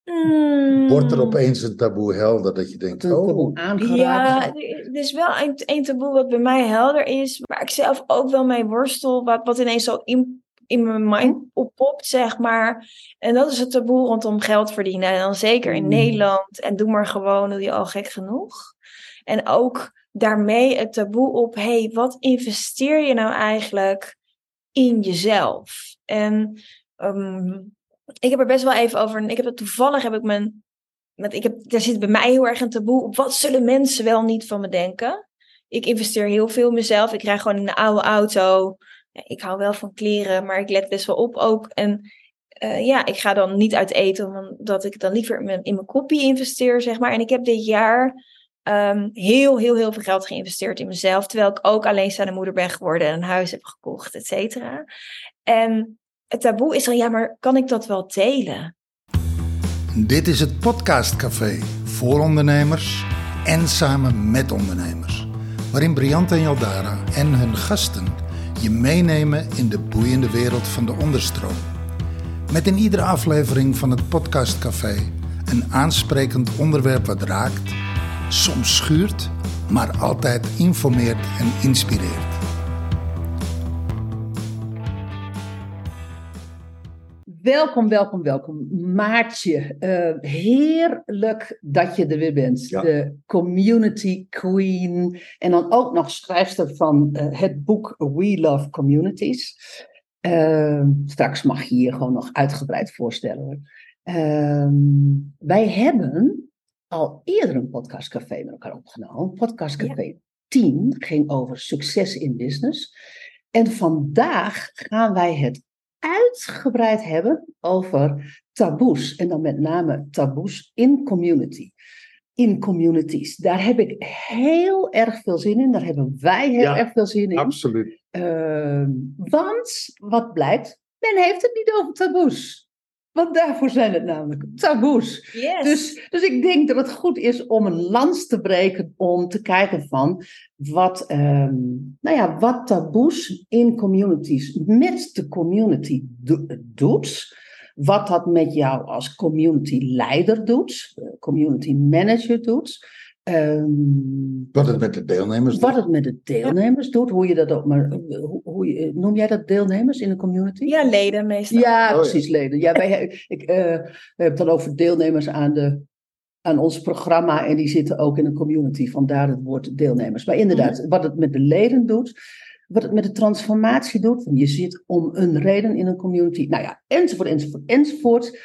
Wordt er Mm, opeens een taboe helder dat je denkt, Een taboe oh, ja, aangeraakt. er is wel een taboe wat bij mij helder is, waar ik zelf ook wel mee worstel, wat ineens zo in mijn mind oppopt, zeg maar. En dat is het taboe rondom geld verdienen. En dan zeker in Nederland. En doe maar gewoon, doe je al gek genoeg. En ook daarmee het taboe op, hey, wat investeer je nou eigenlijk in jezelf? En ik heb er best wel even over, toevallig heb ik mijn, daar zit bij mij heel erg een taboe op, wat zullen mensen wel niet van me denken? Ik investeer heel veel in mezelf. Ik rij gewoon in een oude auto. Ja, ik hou wel van kleren, maar ik let best wel op ook. En ik ga dan niet uit eten, omdat ik dan liever in mijn koppie investeer, zeg maar. En ik heb dit jaar heel, heel, heel veel geld geïnvesteerd in mezelf. Terwijl ik ook alleenstaande moeder ben geworden en een huis heb gekocht, et cetera. En het taboe is dan, ja, maar kan ik dat wel delen? Dit is het Podcastcafé voor ondernemers en samen met ondernemers. Waarin Briant en Jaldara en hun gasten je meenemen in de boeiende wereld van de onderstroom. Met in iedere aflevering van het Podcastcafé een aansprekend onderwerp wat raakt, soms schuurt, maar altijd informeert en inspireert. Welkom, welkom, welkom. Maartje, heerlijk dat je er weer bent. Ja. De community queen. En dan ook nog schrijfster van het boek We Love Communities. Straks mag je je gewoon nog uitgebreid voorstellen, hoor. Wij hebben al eerder een podcastcafé met elkaar opgenomen. Podcastcafé 10 ging over succes in business. En vandaag gaan wij het uitgebreid hebben over taboes. En dan met name taboes in community. In communities. Daar heb ik heel erg veel zin in. Daar hebben wij heel erg veel zin in. absoluut. Want, wat blijkt, men heeft het niet over taboes. Want daarvoor zijn het namelijk taboes. Yes. Dus ik denk dat het goed is om een lans te breken om te kijken van wat taboes in communities met de community doet. Wat dat met jou als community leider doet, community manager doet. Wat het met de deelnemers doet. Wat het met de deelnemers doet, hoe je dat ook maar. Noem jij dat deelnemers in een community? Ja, leden meestal. Ja, precies, leden. Ja, we hebben het dan over deelnemers aan ons programma en die zitten ook in een community, vandaar het woord deelnemers. Maar inderdaad, wat het met de leden doet, wat het met de transformatie doet, want je zit om een reden in een community, nou ja, enzovoort.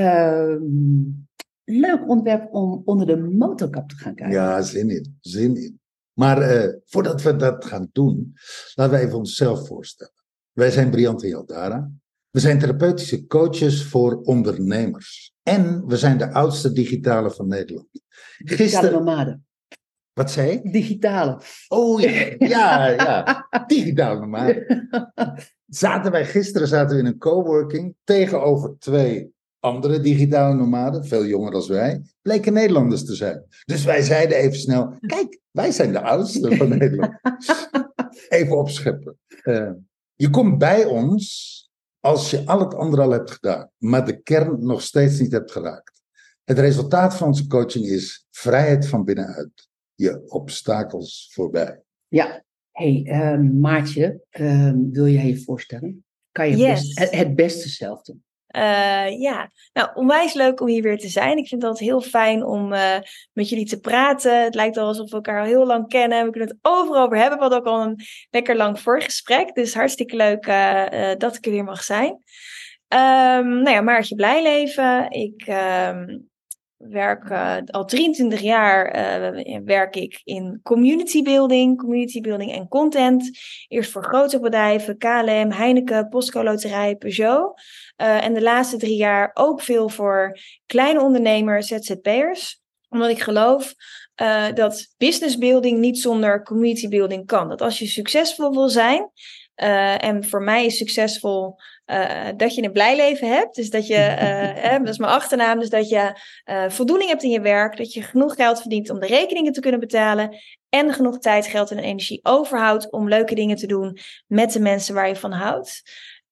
Leuk onderwerp om onder de motorkap te gaan kijken. Ja, zin in. Maar voordat we dat gaan doen, laten we even onszelf voorstellen. Wij zijn Briant en Jaldara. We zijn therapeutische coaches voor ondernemers. En we zijn de oudste digitale van Nederland. Digitale nomaden. Wat zei ik? Digitale. Oh ja. Digitale nomaden. Gisteren zaten we in een coworking tegenover 2 andere digitale nomaden, veel jonger dan wij, bleken Nederlanders te zijn. Dus wij zeiden even snel, kijk, wij zijn de oudste van Nederland. Even opscheppen. Je komt bij ons als je al het andere al hebt gedaan, maar de kern nog steeds niet hebt geraakt. Het resultaat van onze coaching is vrijheid van binnenuit. Je obstakels voorbij. Ja. Hey, Maartje, wil jij je voorstellen? Kan je het beste zelf doen? Nou, onwijs leuk om hier weer te zijn. Ik vind het altijd heel fijn om met jullie te praten. Het lijkt wel alsof we elkaar al heel lang kennen. We kunnen het overal over hebben. We hadden ook al een lekker lang voorgesprek. Dus hartstikke leuk dat ik er weer mag zijn. Maartje Blijleven. Ik werk al 23 jaar werk ik in community building en content. Eerst voor grote bedrijven, KLM, Heineken, Postco Loterij, Peugeot. En de laatste 3 jaar ook veel voor kleine ondernemers, ZZP'ers. Omdat ik geloof dat business building niet zonder community building kan. Dat als je succesvol wil zijn, en voor mij is succesvol dat je een blij leven hebt. Dus dat je, dat is mijn achternaam, dus dat je voldoening hebt in je werk. Dat je genoeg geld verdient om de rekeningen te kunnen betalen. En genoeg tijd, geld en energie overhoudt om leuke dingen te doen met de mensen waar je van houdt.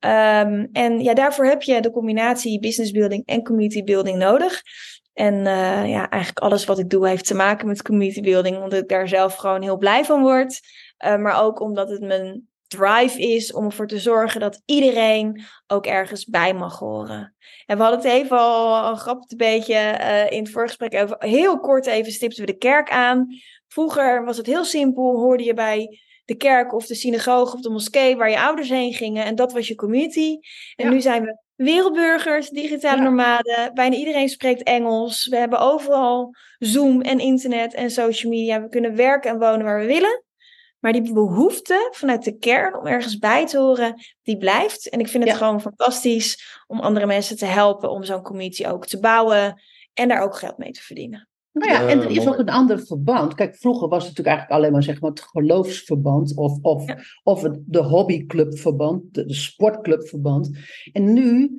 En ja, daarvoor heb je de combinatie business building en community building nodig. En eigenlijk alles wat ik doe heeft te maken met community building, omdat ik daar zelf gewoon heel blij van word. Maar ook omdat het mijn drive is om ervoor te zorgen dat iedereen ook ergens bij mag horen. En we hadden het even al grappig een beetje in het voorgesprek over. Heel kort even stipten we de kerk aan. Vroeger was het heel simpel, hoorde je bij de kerk of de synagoge of de moskee waar je ouders heen gingen. En dat was je community. En nu zijn we wereldburgers, digitale nomaden. Bijna iedereen spreekt Engels. We hebben overal Zoom en internet en social media. We kunnen werken en wonen waar we willen. Maar die behoefte vanuit de kern om ergens bij te horen, die blijft. En ik vind het gewoon fantastisch om andere mensen te helpen om zo'n community ook te bouwen. En daar ook geld mee te verdienen. Nou ja, en er is ook een ander verband. Kijk, vroeger was het natuurlijk eigenlijk alleen maar, zeg maar het geloofsverband of de hobbyclubverband, de sportclubverband. En nu,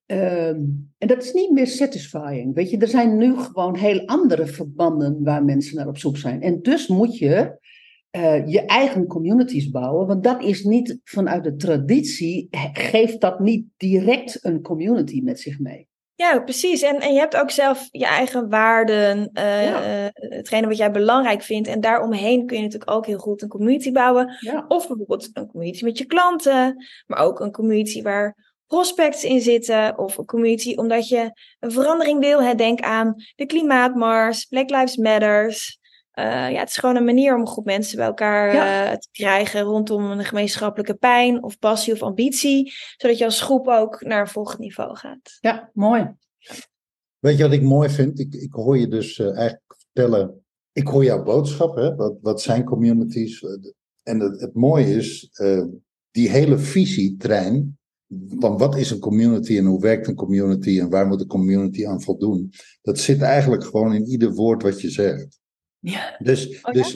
en dat is niet meer satisfying, weet je. Er zijn nu gewoon heel andere verbanden waar mensen naar op zoek zijn. En dus moet je je eigen communities bouwen, want dat is niet vanuit de traditie, geeft dat niet direct een community met zich mee. Ja, precies. En je hebt ook zelf je eigen waarden, hetgene wat jij belangrijk vindt. En daaromheen kun je natuurlijk ook heel goed een community bouwen. Ja. Of bijvoorbeeld een community met je klanten, maar ook een community waar prospects in zitten. Of een community omdat je een verandering wil. Denk aan de Klimaatmars, Black Lives Matters. Het is gewoon een manier om een groep mensen bij elkaar te krijgen rondom een gemeenschappelijke pijn of passie of ambitie, zodat je als groep ook naar een volgend niveau gaat. Ja, mooi. Weet je wat ik mooi vind? Ik hoor je dus eigenlijk vertellen, ik hoor jouw boodschap, hè? Wat zijn communities? En het mooie is, die hele visietrein van wat is een community en hoe werkt een community en waar moet een community aan voldoen, dat zit eigenlijk gewoon in ieder woord wat je zegt. Ja. Dus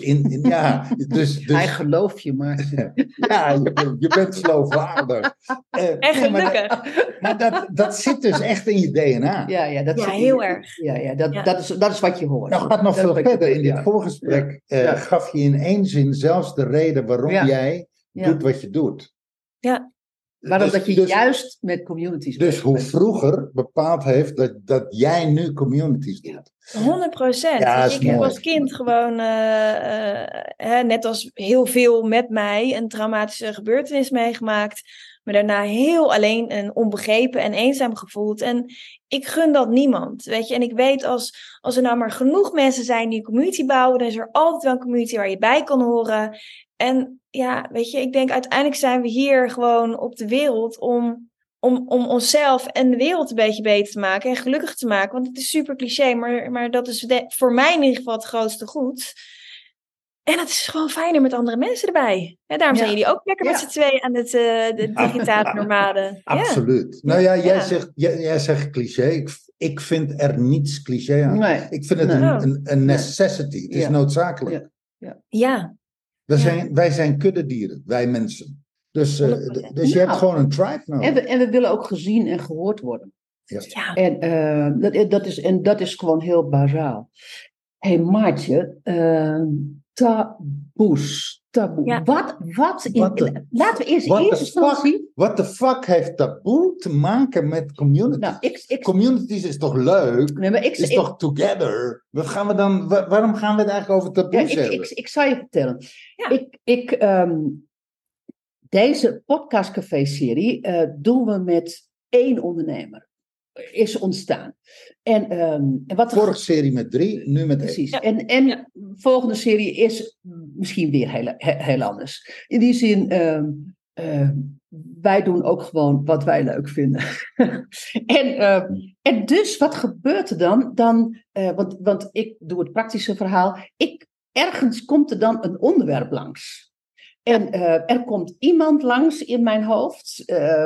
hij gelooft je, maar. Ja, je bent geloofwaardig. En gelukkig. Maar dat zit dus echt in je DNA. Ja, heel erg. Dat is wat je hoort. Nou, gaat nog veel verder. In dit voorgesprek gaf je in één zin zelfs de reden waarom jij doet wat je doet. Ja. Waarom dat je juist met communities dus hoe vroeger bepaald heeft dat jij nu communities doet. 100%. Ja, ik heb als kind gewoon, net als heel veel met mij, een traumatische gebeurtenis meegemaakt. Me daarna heel alleen en onbegrepen en eenzaam gevoeld. En ik gun dat niemand, weet je. En ik weet als er nou maar genoeg mensen zijn die een community bouwen, dan is er altijd wel een community waar je bij kan horen. En ja, weet je, ik denk uiteindelijk zijn we hier gewoon op de wereld om onszelf en de wereld een beetje beter te maken en gelukkig te maken. Want het is super cliché, maar dat is voor mij in ieder geval het grootste goed. En het is gewoon fijner met andere mensen erbij. Ja, daarom zijn jullie ook lekker met z'n tweeën aan de digitale nomaden. Absoluut. Nou ja, jij zegt cliché. Ik vind er niets cliché aan. Nee. Ik vind het een necessity. Het is noodzakelijk. Ja. Wij zijn kuddedieren, wij mensen. Dus je hebt gewoon een tribe nodig. En we willen ook gezien en gehoord worden. Ja. En dat is gewoon heel bazaal. Hé Maartje, taboes. Ja. Laten we eerst instantie. What the fuck heeft taboe te maken met communities? Nou, communities is toch leuk? Nee, maar is toch together? Waarom gaan we het eigenlijk over taboes hebben? Ik zal je vertellen. Ja. Deze podcastcafé-serie doen we met 1 ondernemer. Is ontstaan. Vorige serie met 3, nu met 1. Precies. Ja. En volgende serie is misschien weer heel anders. In die zin, wij doen ook gewoon wat wij leuk vinden. En dus, wat gebeurt er dan? Want ik doe het praktische verhaal. Ergens komt er dan een onderwerp langs. En er komt iemand langs in mijn hoofd.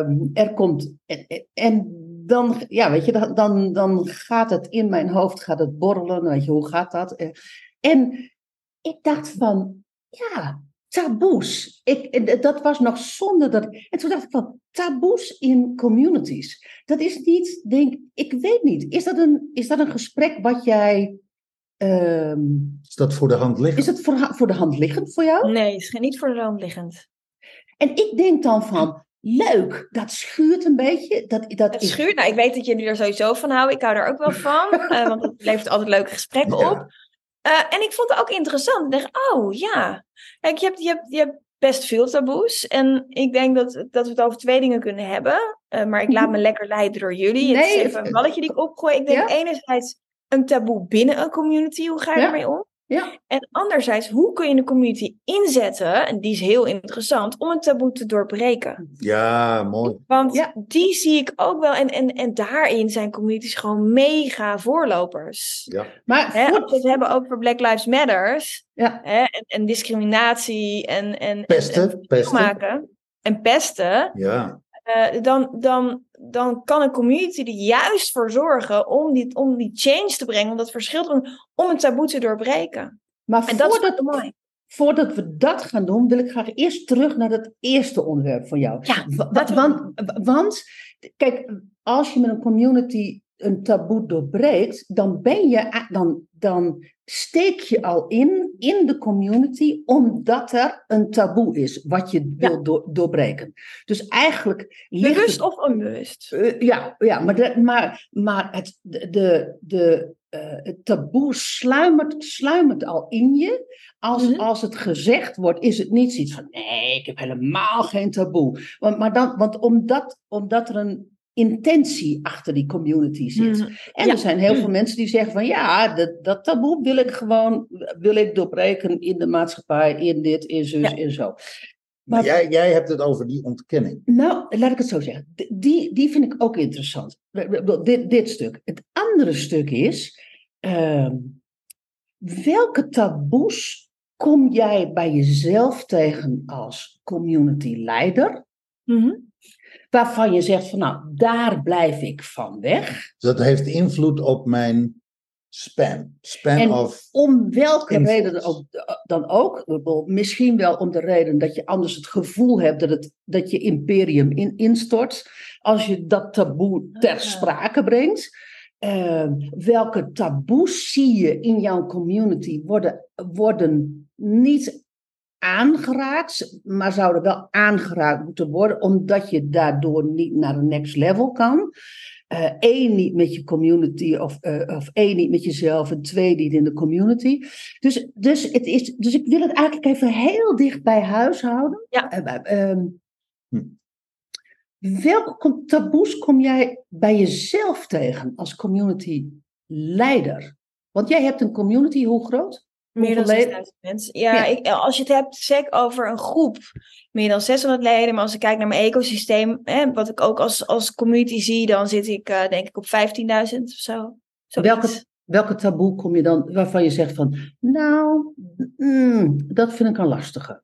Dan, weet je, dan gaat het in mijn hoofd, gaat het borrelen. Weet je, hoe gaat dat? En ik dacht van, taboes. Dat was nog zonder dat. En toen dacht ik van, taboes in communities. Dat is niet, ik weet niet. Is dat een gesprek wat jij... is dat voor de hand liggend? Is het voor de hand liggend voor jou? Nee, het is niet voor de hand liggend. En ik denk dan van, leuk. Dat schuurt een beetje. Het schuurt. Nou, ik weet dat jullie er sowieso van houden. Ik hou er ook wel van. Want het levert altijd leuke gesprekken op. En ik vond het ook interessant. Ik dacht, oh ja. Kijk, je hebt best veel taboes. En ik denk dat we het over 2 dingen kunnen hebben. Maar ik laat me lekker leiden door jullie. Het is even een balletje die ik opgooi. Ik denk enerzijds een taboe binnen een community. Hoe ga je ermee om? Ja. En anderzijds, hoe kun je de community inzetten, en die is heel interessant, om een taboe te doorbreken. Ja, mooi. Want die zie ik ook wel, en daarin zijn communities gewoon mega voorlopers. Ja. Maar als we het hebben over Black Lives Matters, en discriminatie, en pesten. Maken, en pesten, dan kan een community er juist voor zorgen om die change te brengen, om dat verschil te brengen, om een taboe te doorbreken. Maar en dat is mooi. Voordat we dat gaan doen, wil ik graag eerst terug naar het eerste onderwerp van jou. Ja, want, kijk, als je met een community een taboe doorbreekt, dan steek je al in de community omdat er een taboe is wat je wil doorbreken. Dus eigenlijk bewust of onbewust. Maar het taboe sluimert al in je. Als het gezegd wordt, is het niet zoiets van nee, ik heb helemaal geen taboe. Want omdat er een intentie achter die community zit. En er zijn heel veel mensen die zeggen van dat taboe wil ik doorbreken in de maatschappij, in dit, in zus, en zo. Maar jij hebt het over die ontkenning. Nou, laat ik het zo zeggen. Die vind ik ook interessant. Dit stuk. Het andere stuk is, welke taboes kom jij bij jezelf tegen als community leider? Waarvan je zegt van nou, daar blijf ik van weg. Dat heeft invloed op mijn span of om welke influence. reden dan ook. Misschien wel om de reden dat je anders het gevoel hebt dat je imperium instort. Als je dat taboe ter sprake brengt. Welke taboes zie je in jouw community worden niet aangeraakt, maar zouden wel aangeraakt moeten worden, omdat je daardoor niet naar een next level kan. 1, niet met je community, of 1, niet met jezelf, en 2, niet in de community. Dus ik wil het eigenlijk even heel dicht bij huis houden. Welke taboes kom jij bij jezelf tegen als community leider? Want jij hebt een community, hoe groot? Meer dan 6000 mensen. Ja. Als je het hebt zeker over een groep, meer dan 600 leden. Maar als ik kijk naar mijn ecosysteem, wat ik ook als community zie, dan zit ik denk ik op 15.000 of zo. Welke taboe kom je dan, waarvan je zegt van, nou, dat vind ik een lastige.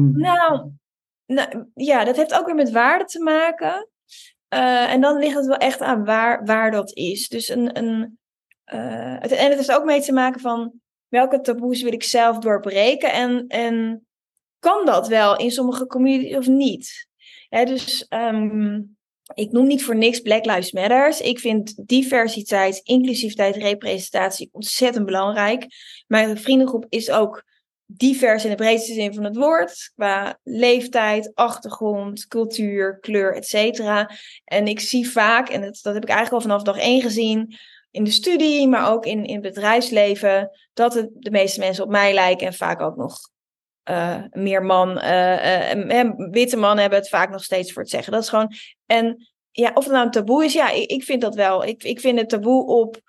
Dat heeft ook weer met waarde te maken. En dan ligt het wel echt aan waar dat is. Dus en het heeft ook mee te maken van welke taboes wil ik zelf doorbreken en kan dat wel in sommige communities of niet? Ik noem niet voor niks Black Lives Matters. Ik vind diversiteit, inclusiviteit, representatie ontzettend belangrijk. Mijn vriendengroep is ook divers in de breedste zin van het woord, qua leeftijd, achtergrond, cultuur, kleur, etc. En ik zie vaak, en dat heb ik eigenlijk al vanaf dag 1 gezien, in de studie, maar ook in het bedrijfsleven, dat de meeste mensen op mij lijken en vaak ook nog meer witte mannen hebben het vaak nog steeds voor het zeggen. Dat is gewoon, en ja, of het nou een taboe is, ik vind dat wel. Ik vind het taboe op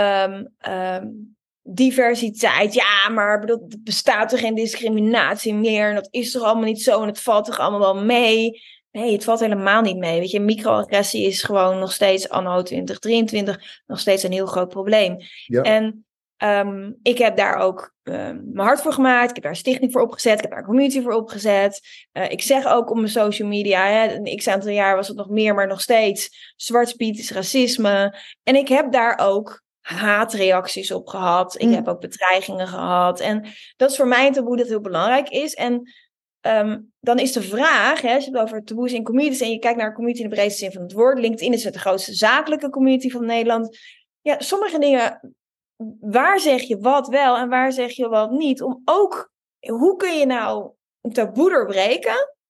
diversiteit. Ja, maar er bestaat er geen discriminatie meer en dat is toch allemaal niet zo en het valt toch allemaal wel mee. Nee, het valt helemaal niet mee. Weet je, microagressie is gewoon nog steeds anno 2023 nog steeds een heel groot probleem. Ja. En ik heb daar ook mijn hart voor gemaakt. Ik heb daar een stichting voor opgezet. Ik heb daar een community voor opgezet. Ik zeg ook op mijn social media, een x-aantal jaar was het nog meer, maar nog steeds, Zwarte Piet is racisme. En ik heb daar ook haatreacties op gehad. Ik heb ook bedreigingen gehad. En dat is voor mij een taboe dat heel belangrijk is. En dan is de vraag, als je het over taboes in communities en je kijkt naar een community in de breedste zin van het woord. LinkedIn is het de grootste zakelijke community van Nederland. Ja, sommige dingen, waar zeg je wat wel en waar zeg je wat niet? Hoe kun je nou een taboe doorbreken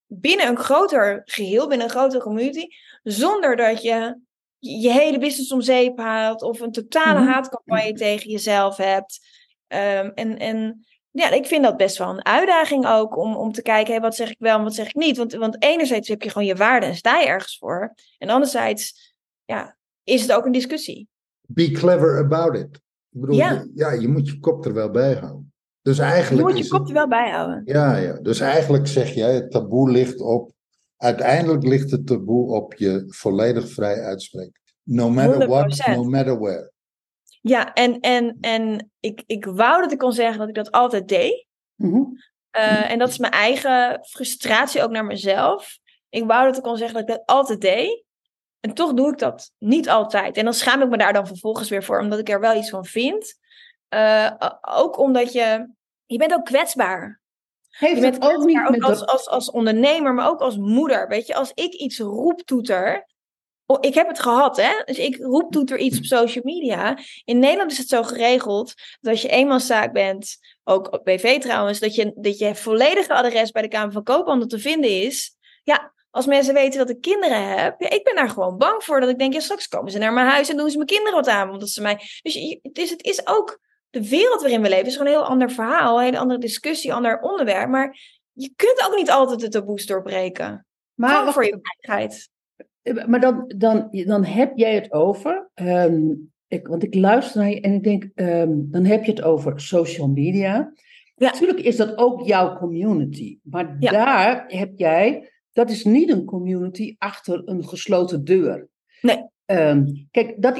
binnen een groter geheel, binnen een grotere community, zonder dat je je hele business om zeep haalt of een totale haatcampagne tegen jezelf hebt. En ik vind dat best wel een uitdaging ook om te kijken, hey, wat zeg ik wel en wat zeg ik niet. Want enerzijds heb je gewoon je waarde en sta je ergens voor. En anderzijds, is het ook een discussie. Be clever about it. Ik bedoel, je moet je kop er wel bij houden. Dus eigenlijk je moet je kop er wel bij houden. Ja. Dus eigenlijk zeg jij, het taboe ligt op... Uiteindelijk ligt het taboe op je volledig vrij uitspreken. No matter 100%. What, no matter where. Ja, en ik wou dat ik kon zeggen dat ik dat altijd deed. En dat is mijn eigen frustratie ook naar mezelf. Ik wou dat ik kon zeggen dat ik dat altijd deed. En toch doe ik dat niet altijd. En dan schaam ik me daar dan vervolgens weer voor, omdat ik er wel iets van vind. Ook omdat je bent ook kwetsbaar. Heeft het ook niet ook als ondernemer, maar ook als moeder. Weet je, als ik iets roeptoeter... Ik heb het gehad, hè. Dus ik roeptoeter iets op social media. In Nederland is het zo geregeld dat als je eenmanszaak bent, ook op BV trouwens, dat je volledige adres bij de Kamer van Koophandel te vinden is. Ja, als mensen weten dat ik kinderen heb, ik ben daar gewoon bang voor. Dat ik denk, straks komen ze naar mijn huis en doen ze mijn kinderen wat aan. Omdat ze mij... Dus het is ook... De wereld waarin we leven is gewoon een heel ander verhaal, een hele andere discussie, een ander onderwerp. Maar je kunt ook niet altijd de taboes doorbreken. Maar gewoon voor je veiligheid. Maar dan heb jij het over, want ik luister naar je en ik denk, dan heb je het over social media. Ja. Natuurlijk is dat ook jouw community, maar daar heb jij, dat is niet een community achter een gesloten deur. Nee. Kijk, dat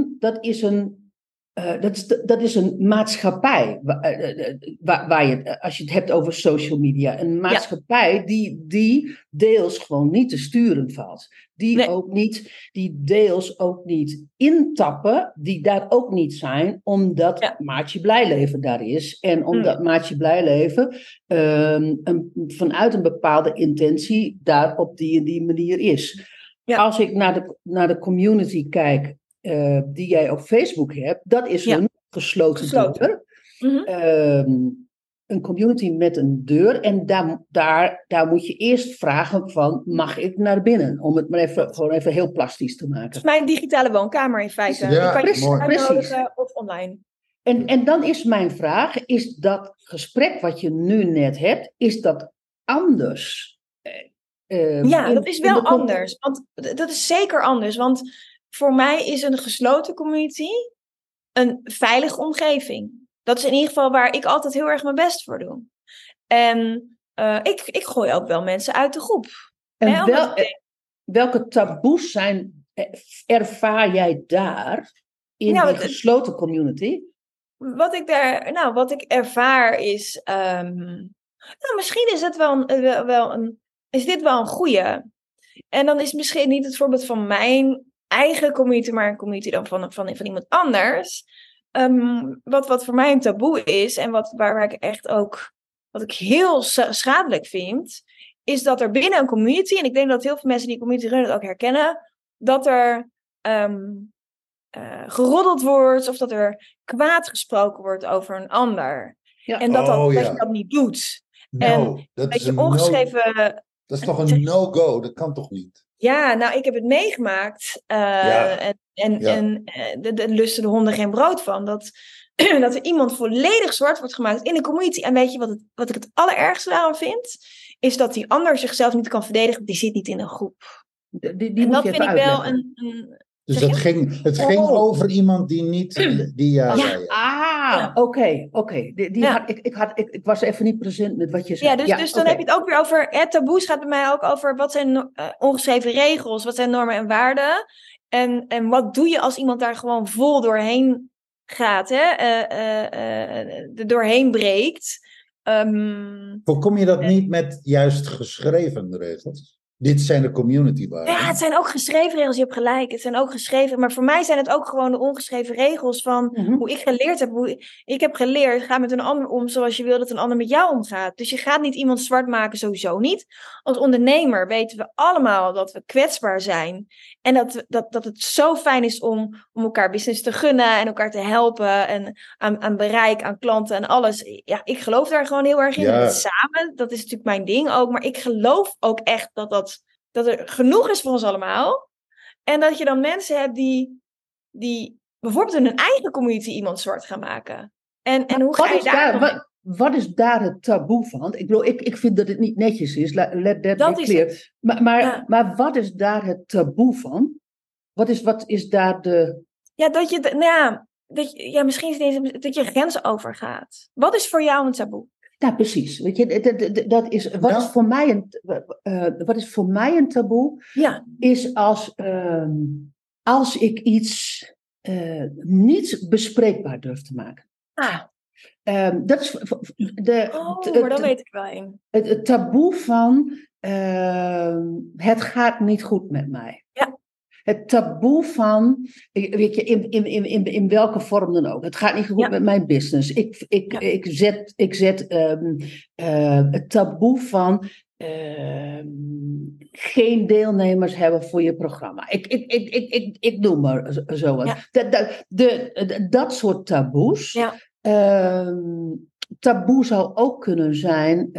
is een maatschappij, waar je, als je het hebt over social media, een maatschappij die deels gewoon niet te sturen valt. Die deels ook niet intappen, die daar ook niet zijn, omdat Maartje Blijleven daar is. En omdat Maartje Blijleven vanuit een bepaalde intentie daar op die en die manier is. Ja. Als ik naar de community kijk, die jij op Facebook hebt, dat is een gesloten deur. Een community met een deur. En daar moet je eerst vragen van, mag ik naar binnen? Om het maar even heel plastisch te maken. Het is mijn digitale woonkamer in feite. Ja, je kan je uitnodigen of online. En dan is mijn vraag, is dat gesprek wat je nu net hebt, is dat anders? Dat is wel anders. Want dat is zeker anders. Want voor mij is een gesloten community een veilige omgeving. Dat is in ieder geval waar ik altijd heel erg mijn best voor doe. En ik gooi ook wel mensen uit de groep. En welke taboes ervaar jij daar in die gesloten community? Wat ik ervaar is... misschien is het is dit wel een goeie. En dan is misschien niet het voorbeeld van mijn eigen community, maar een community dan van iemand anders. Wat voor mij een taboe is en waar ik echt ook, wat ik heel schadelijk vind, is dat er binnen een community, en ik denk dat heel veel mensen die community runnen het ook herkennen, dat er geroddeld wordt of dat er kwaad gesproken wordt over een ander. Ja. En dat je dat niet doet. Dat is ongeschreven... Dat is toch een no-go? Dat kan toch niet? Ja, ik heb het meegemaakt. En lusten de honden geen brood van. Dat er iemand volledig zwart wordt gemaakt in de community. En weet je wat ik het allerergste daaraan vind? Is dat die ander zichzelf niet kan verdedigen. Die zit niet in een groep. En dat vind ik wel een... Dus het ging over iemand die niet... Oké. Ik was even niet present met wat je zei. Dus dan heb je het ook weer over... taboes gaat bij mij ook over wat zijn ongeschreven regels, wat zijn normen en waarden. En wat doe je als iemand daar gewoon vol doorheen gaat, er doorheen breekt. Voorkom je dat niet met juist geschreven regels? Dit zijn de communitywaarden. Ja, het zijn ook geschreven regels, je hebt gelijk. Het zijn ook geschreven, maar voor mij zijn het ook gewoon de ongeschreven regels van hoe ik geleerd heb. Ik heb geleerd, ga met een ander om zoals je wil dat een ander met jou omgaat. Dus je gaat niet iemand zwart maken, sowieso niet. Als ondernemer weten we allemaal dat we kwetsbaar zijn. En dat het zo fijn is om elkaar business te gunnen en elkaar te helpen. En aan bereik, aan klanten en alles. Ja, ik geloof daar gewoon heel erg in. Ja. En samen, dat is natuurlijk mijn ding ook. Maar ik geloof ook echt dat er genoeg is voor ons allemaal. En dat je dan mensen hebt die bijvoorbeeld in hun eigen community iemand zwart gaan maken. En hoe ga je daar... Wat is daar het taboe van? Ik bedoel, ik vind dat het niet netjes is. Let that Dat be is clear. het. Maar wat is daar het taboe van? Wat is daar de... Ja, misschien is het niet eens dat je grenzen overgaat. Wat is voor jou een taboe? Ja, precies. Weet je, dat is wat is voor mij een taboe? Ja. Is als ik iets niet bespreekbaar durf te maken. Dat is maar dan weet ik wel een. Het taboe van het gaat niet goed met mij. Ja. Het taboe van, weet je, in welke vorm dan ook. Het gaat niet goed met mijn business. Ik zet het taboe van geen deelnemers hebben voor je programma. Ik noem maar zo wat. Ja. Dat soort taboes. Ja. Taboe zou ook kunnen zijn...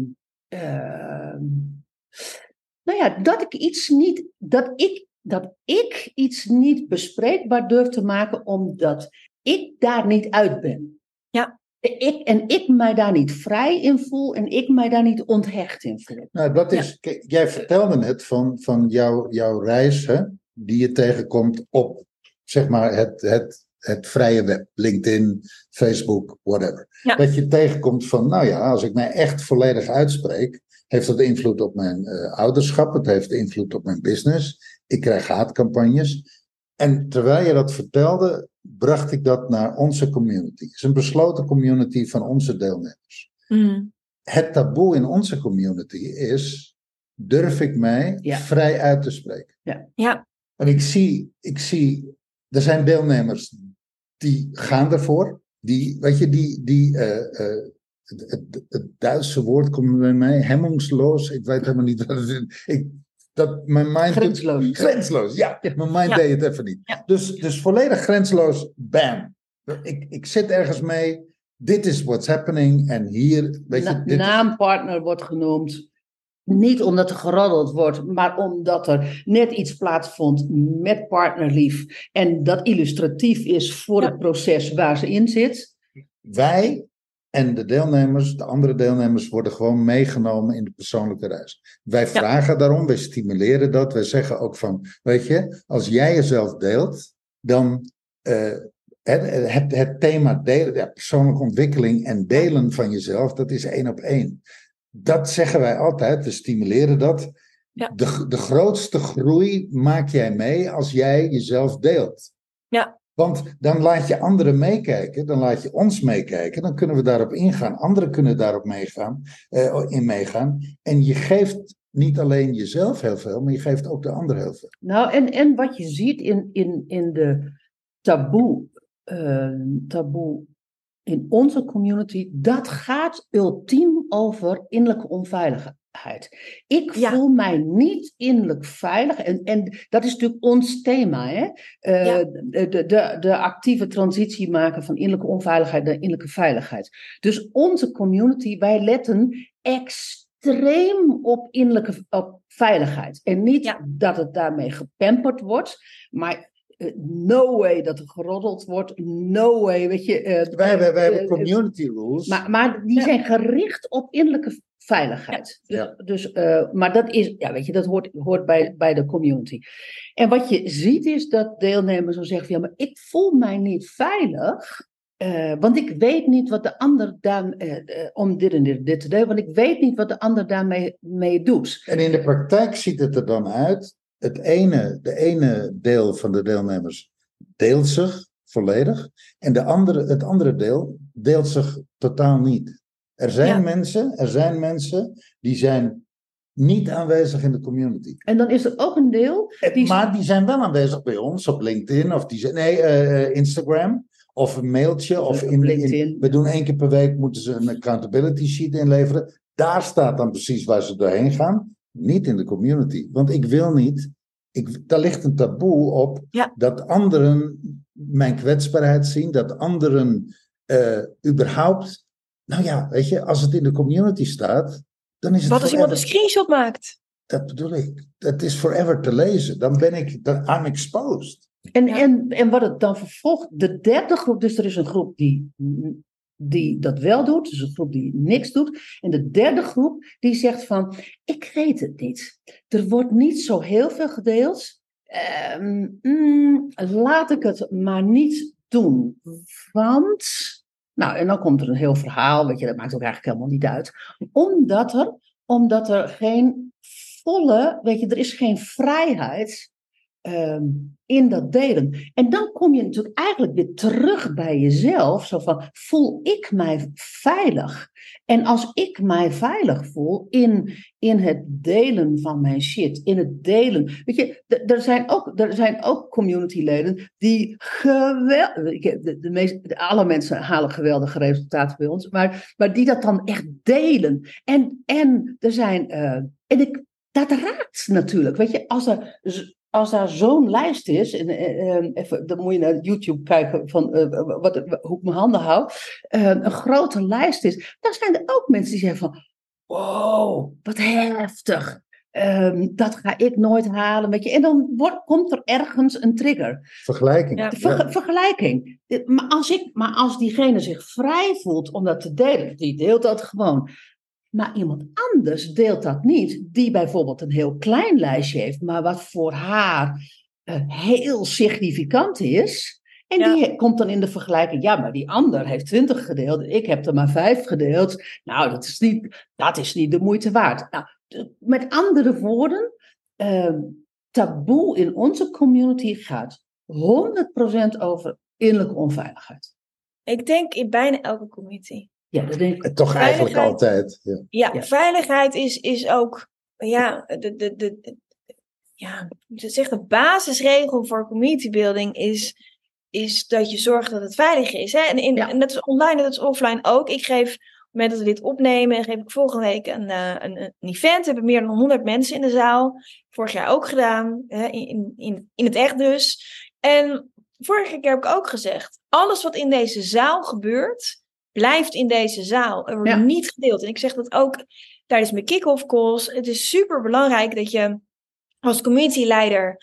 dat ik iets niet bespreekbaar durf te maken omdat ik daar niet uit ben. Ja. Ik mij daar niet vrij in voel en ik mij daar niet onthecht in voel. Nou, dat is, kijk, jij vertelde net van jouw reis, hè, die je tegenkomt op, zeg maar, het vrije web. LinkedIn, Facebook, whatever. Ja. Dat je tegenkomt van, nou ja, als ik mij echt volledig uitspreek, heeft dat invloed op mijn ouderschap, het heeft invloed op mijn business. Ik krijg haatcampagnes. En terwijl je dat vertelde, bracht ik dat naar onze community. Het is een besloten community van onze deelnemers. Het taboe in onze community is, durf ik mij vrij uit te spreken? Ja. En ik zie, er zijn deelnemers die gaan ervoor. Het Duitse woord komt bij mij, hemmingsloos. Ik weet helemaal niet wat het is. Mijn mind grensloos, ja. Mijn mind deed het even niet. Ja. Dus volledig grensloos, bam. Ik zit ergens mee. Dit is what's happening. En hier, weet je... Naampartner wordt genoemd. Niet omdat er geroddeld wordt, maar omdat er net iets plaatsvond met partnerlief. En dat illustratief is voor het proces waar ze in zit. Wij en de andere deelnemers worden gewoon meegenomen in de persoonlijke reis. Wij vragen daarom, wij stimuleren dat. Wij zeggen ook van, weet je, als jij jezelf deelt, dan het thema delen, persoonlijke ontwikkeling en delen van jezelf, dat is 1 op 1. Dat zeggen wij altijd, we stimuleren dat. Ja. De grootste groei maak jij mee als jij jezelf deelt. Ja. Want dan laat je anderen meekijken, dan laat je ons meekijken, dan kunnen we daarop ingaan. Anderen kunnen daarop meegaan. En je geeft niet alleen jezelf heel veel, maar je geeft ook de ander heel veel. Nou, en wat je ziet in de taboe in onze community, dat gaat ultiem over innerlijke onveiligheid. Ik voel mij niet innerlijk veilig. En dat is natuurlijk ons thema. Hè? De actieve transitie maken van innerlijke onveiligheid naar innerlijke veiligheid. Dus onze community, wij letten extreem op innerlijke veiligheid. En niet dat het daarmee gepamperd wordt, maar... no way dat er geroddeld wordt. No way, weet je. Wij hebben community rules. Maar die zijn gericht op innerlijke veiligheid. Maar dat is, weet je, dat hoort bij de community. En wat je ziet is dat deelnemers dan zeggen van, maar ik voel mij niet veilig. Want ik weet niet wat de ander om dit en dit te doen. Want ik weet niet wat de ander daarmee doet. En in de praktijk ziet het er dan uit. De ene deel van de deelnemers deelt zich volledig. En het andere deel deelt zich totaal niet. Er zijn mensen die zijn niet aanwezig in de community. En dan is er ook een deel... Maar die zijn wel aanwezig bij ons op LinkedIn of Instagram of een mailtje. Of LinkedIn. We doen 1 keer per week, moeten ze een accountability sheet inleveren. Daar staat dan precies waar ze doorheen gaan. Niet in de community. Want ik wil niet... Daar ligt een taboe op dat anderen mijn kwetsbaarheid zien. Dat anderen überhaupt... Nou ja, weet je, als het in de community staat... Dan is het wat als iemand een screenshot maakt? Dat bedoel ik. Dat is forever te lezen. Dan ben ik... I'm exposed. En wat het dan vervolgt... De derde groep... Dus er is een groep die dat wel doet. Dus een groep die niks doet. En de derde groep die zegt van... Ik weet het niet. Er wordt niet zo heel veel gedeeld. Laat ik het maar niet doen. Want... Nou, en dan komt er een heel verhaal. Weet je, dat maakt ook eigenlijk helemaal niet uit. Omdat er geen volle... Weet je, er is geen vrijheid... in dat delen. En dan kom je natuurlijk eigenlijk weer terug bij jezelf. Zo van, voel ik mij veilig? En als ik mij veilig voel in het delen van mijn shit, in het delen... Weet je, er zijn ook communityleden die geweldig... Alle mensen halen geweldige resultaten bij ons, maar die dat dan echt delen. En er zijn... dat raakt natuurlijk. Weet je, als daar zo'n lijst is, dan moet je naar YouTube kijken van hoe ik mijn handen hou, een grote lijst is, dan zijn er ook mensen die zeggen van, wow, wat heftig, dat ga ik nooit halen, weet je. En dan komt er ergens een trigger. Vergelijking. Ja. Vergelijking. Maar als diegene zich vrij voelt om dat te delen, die deelt dat gewoon. Maar iemand anders deelt dat niet, die bijvoorbeeld een heel klein lijstje heeft, maar wat voor haar heel significant is. En die komt dan in de vergelijking, ja, maar die ander heeft 20 gedeeld, ik heb er maar 5 gedeeld. Nou, dat is niet de moeite waard. Nou, met andere woorden, taboe in onze community gaat 100% over innerlijke onveiligheid. Ik denk in bijna elke community. Ja, dat denk ik. Toch eigenlijk altijd. Ja, veiligheid is ook, zegt de basisregel voor community building is dat je zorgt dat het veilig is. Hè? En dat is online, dat is offline ook. Ik geef, op het moment dat we dit opnemen, geef ik volgende week een event. We hebben meer dan 100 mensen in de zaal. Vorig jaar ook gedaan, in het echt dus. En vorige keer heb ik ook gezegd, alles wat in deze zaal gebeurt, blijft in deze zaal. Er wordt niet gedeeld. En ik zeg dat ook tijdens mijn kick-off calls. Het is super belangrijk dat je als communityleider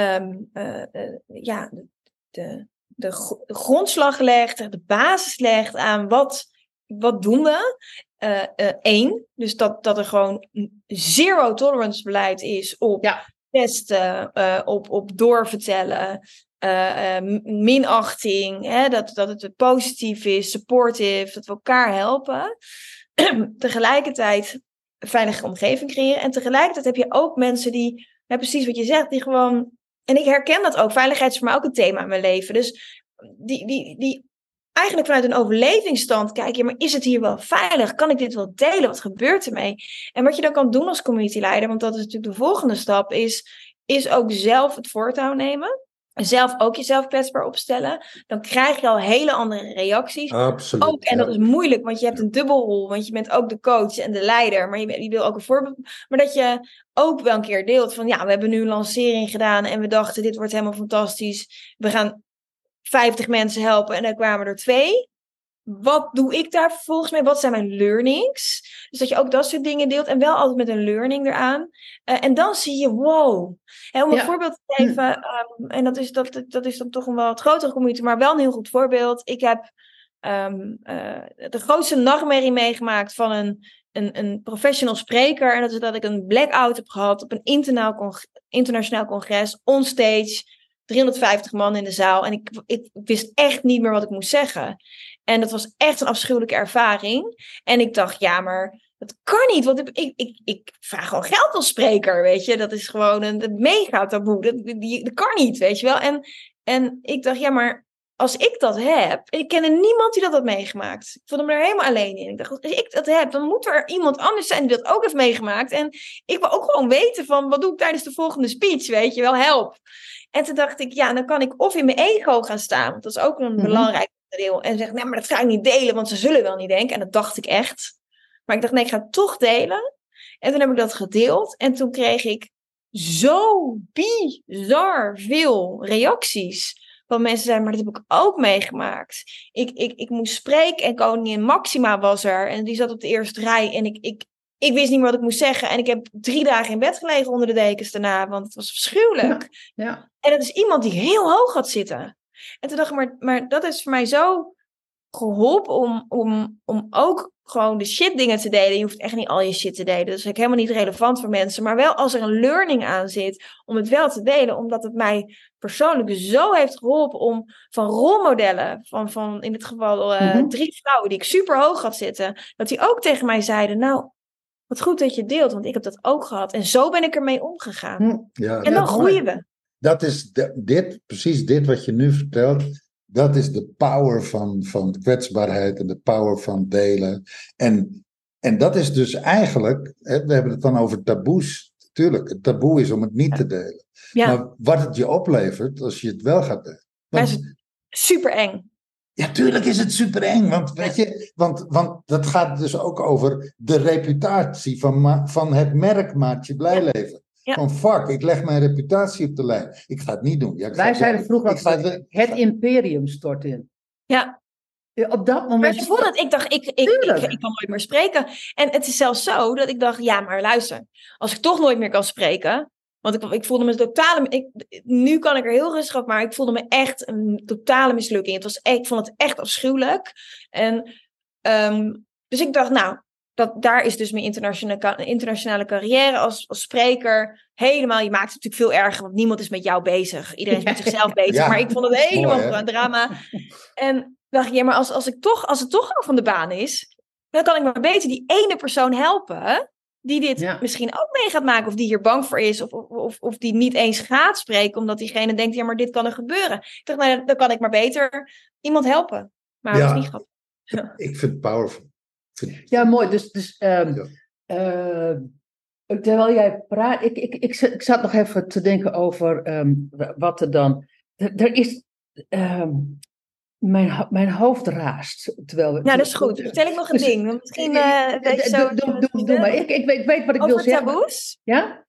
de grondslag legt, de basis legt aan wat doen we. Eén, dus dat er gewoon zero tolerance beleid is op testen, op doorvertellen. Minachting, hè, dat het positief is, supportive, dat we elkaar helpen. Tegelijkertijd een veilige omgeving creëren. En tegelijkertijd heb je ook mensen die, precies wat je zegt, die gewoon, en ik herken dat ook, veiligheid is voor mij ook een thema in mijn leven. Dus die eigenlijk vanuit een overlevingsstand kijken, maar is het hier wel veilig? Kan ik dit wel delen? Wat gebeurt ermee? En wat je dan kan doen als communityleider, want dat is natuurlijk de volgende stap, is ook zelf het voortouw nemen. Zelf ook jezelf kwetsbaar opstellen, dan krijg je al hele andere reacties. Absoluut. Ook, en dat is moeilijk, want je hebt een dubbelrol, want je bent ook de coach en de leider, maar je wil ook een voorbeeld. Maar dat je ook wel een keer deelt van, we hebben nu een lancering gedaan en we dachten, dit wordt helemaal fantastisch. We gaan 50 mensen helpen en dan kwamen er 2. Wat doe ik daar vervolgens mee? Wat zijn mijn learnings? Dus dat je ook dat soort dingen deelt. En wel altijd met een learning eraan. En dan zie je, wow. En om een voorbeeld te geven. En dat is dan toch een wel wat grotere community. Maar wel een heel goed voorbeeld. Ik heb de grootste nachtmerrie meegemaakt van een professional spreker. En dat is dat ik een blackout heb gehad op een internationaal congres. Onstage. 350 man in de zaal. En ik wist echt niet meer wat ik moest zeggen. En dat was echt een afschuwelijke ervaring. En ik dacht, maar dat kan niet. Want ik vraag gewoon geld als spreker, weet je. Dat is gewoon een mega taboe. Dat kan niet, weet je wel. En ik dacht, maar als ik dat heb, ik ken niemand die dat had meegemaakt. Ik voelde me er helemaal alleen in. Ik dacht, als ik dat heb, dan moet er iemand anders zijn die dat ook heeft meegemaakt. En ik wil ook gewoon weten van, wat doe ik tijdens de volgende speech, weet je wel, help. En toen dacht ik, ja, dan kan ik of in mijn ego gaan staan, want dat is ook een belangrijk onderdeel. En zeg, nee, maar dat ga ik niet delen, want ze zullen wel niet denken. En dat dacht ik echt. Maar ik dacht, nee, ik ga het toch delen. En toen heb ik dat gedeeld. En toen kreeg ik zo bizar veel reacties. Van mensen zeiden, maar dat heb ik ook meegemaakt. Ik moest spreken en koningin Maxima was er. En die zat op de eerste rij. En ik wist niet meer wat ik moest zeggen. En ik heb 3 dagen in bed gelegen onder de dekens daarna. Want het was afschuwelijk. Ja. En dat is iemand die heel hoog had zitten. En toen dacht ik, maar dat is voor mij zo geholpen om ook gewoon de shit dingen te delen. Je hoeft echt niet al je shit te delen. Dat is eigenlijk helemaal niet relevant voor mensen. Maar wel als er een learning aan zit, om het wel te delen. Omdat het mij persoonlijk zo heeft geholpen om van rolmodellen, van in dit geval 3 vrouwen die ik super hoog had zitten, dat die ook tegen mij zeiden, nou, wat goed dat je deelt, want ik heb dat ook gehad. En zo ben ik ermee omgegaan. Ja, en dan groeien we. Dat is precies dit wat je nu vertelt. Dat is de power van kwetsbaarheid en de power van delen. En dat is dus eigenlijk, hè, we hebben het dan over taboes. Tuurlijk, het taboe is om het niet te delen. Ja. Maar wat het je oplevert als je het wel gaat delen. Maar het is super eng. Ja, tuurlijk is het super eng. Want weet je, want dat gaat dus ook over de reputatie van het merk Maak je blij leven. Ja. Van fuck, ik leg mijn reputatie op de lijn. Ik ga het niet doen. Ja, Wij zeiden vroeger het imperium stort in. Ja. Op dat moment. Maar ik voelde het, ik dacht, ik kan nooit meer spreken. En het is zelfs zo dat ik dacht, ja, maar luister. Als ik toch nooit meer kan spreken. Want ik voelde me totale. Nu kan ik er heel rustig op, maar ik voelde me echt een totale mislukking. Ik vond het echt afschuwelijk. En dus ik dacht, nou, daar is dus mijn internationale carrière als spreker helemaal. Je maakt het natuurlijk veel erger, want niemand is met jou bezig. Iedereen is met zichzelf bezig. Ja. Maar ik vond het helemaal Mooi, drama. En dacht ik, ja, maar als het toch al van de baan is, dan kan ik maar beter die ene persoon helpen die dit misschien ook mee gaat maken, of die hier bang voor is, of die niet eens gaat spreken, omdat diegene denkt, ja, maar dit kan er gebeuren. Ik dacht, nou, dan kan ik maar beter iemand helpen. Maar dat is niet grappig. Ja. Ik vind het powerful. Ja, mooi. Dus terwijl jij praat, ik zat nog even te denken over wat er dan. Er is. Mijn hoofd raast. Nou, dat is goed. Vertel ik nog een ding. Misschien doe maar. Ik weet wat ik wil zeggen. Over taboes. Ja?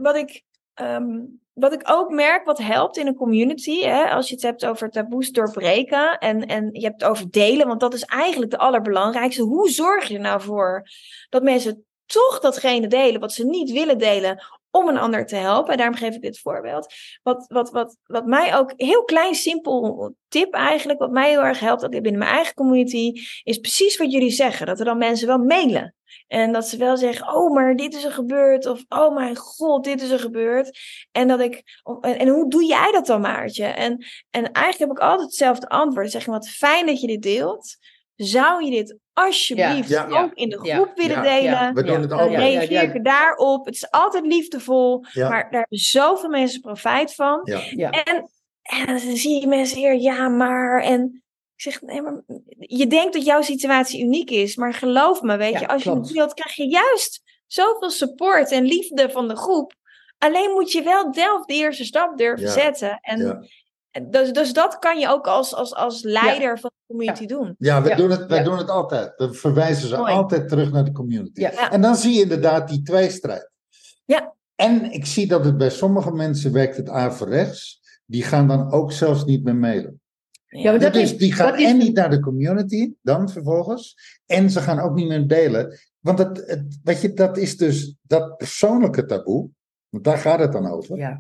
Wat ik ook merk, wat helpt in een community, hè, als je het hebt over taboes doorbreken en je hebt het over delen, want dat is eigenlijk de allerbelangrijkste. Hoe zorg je er nou voor dat mensen toch datgene delen wat ze niet willen delen, om een ander te helpen? En daarom geef ik dit voorbeeld. Wat mij ook, heel klein, simpel tip eigenlijk, wat mij heel erg helpt, ook binnen mijn eigen community, is precies wat jullie zeggen. Dat er dan mensen wel mailen. En dat ze wel zeggen, oh, maar dit is er gebeurd. Of, oh mijn god, dit is er gebeurd. En hoe doe jij dat dan, Maartje? En eigenlijk heb ik altijd hetzelfde antwoord. Zeg je, wat fijn dat je dit deelt. Zou je dit alsjeblieft ook in de groep willen delen? Ja, we doen het Dan altijd. reageer ik er daarop. Het is altijd liefdevol. Ja. Maar daar hebben zoveel mensen profijt van. Ja. En dan zie je mensen weer, ja, maar... En ik zeg, nee, maar je denkt dat jouw situatie uniek is. Maar geloof me, weet je, als je het deelt, krijg je juist zoveel support en liefde van de groep. Alleen moet je wel zelf de eerste stap durven zetten. En dus dat kan je ook als leider van de community doen. Ja, wij doen het altijd. We verwijzen ze altijd terug naar de community. Ja. En dan zie je inderdaad die tweestrijd. Ja. En ik zie dat het bij sommige mensen werkt het averechts. Die gaan dan ook zelfs niet meer mailen. Ja, maar die gaan niet naar de community, dan vervolgens. En ze gaan ook niet meer delen. Want weet je, dat is dus dat persoonlijke taboe. Want daar gaat het dan over. Ja.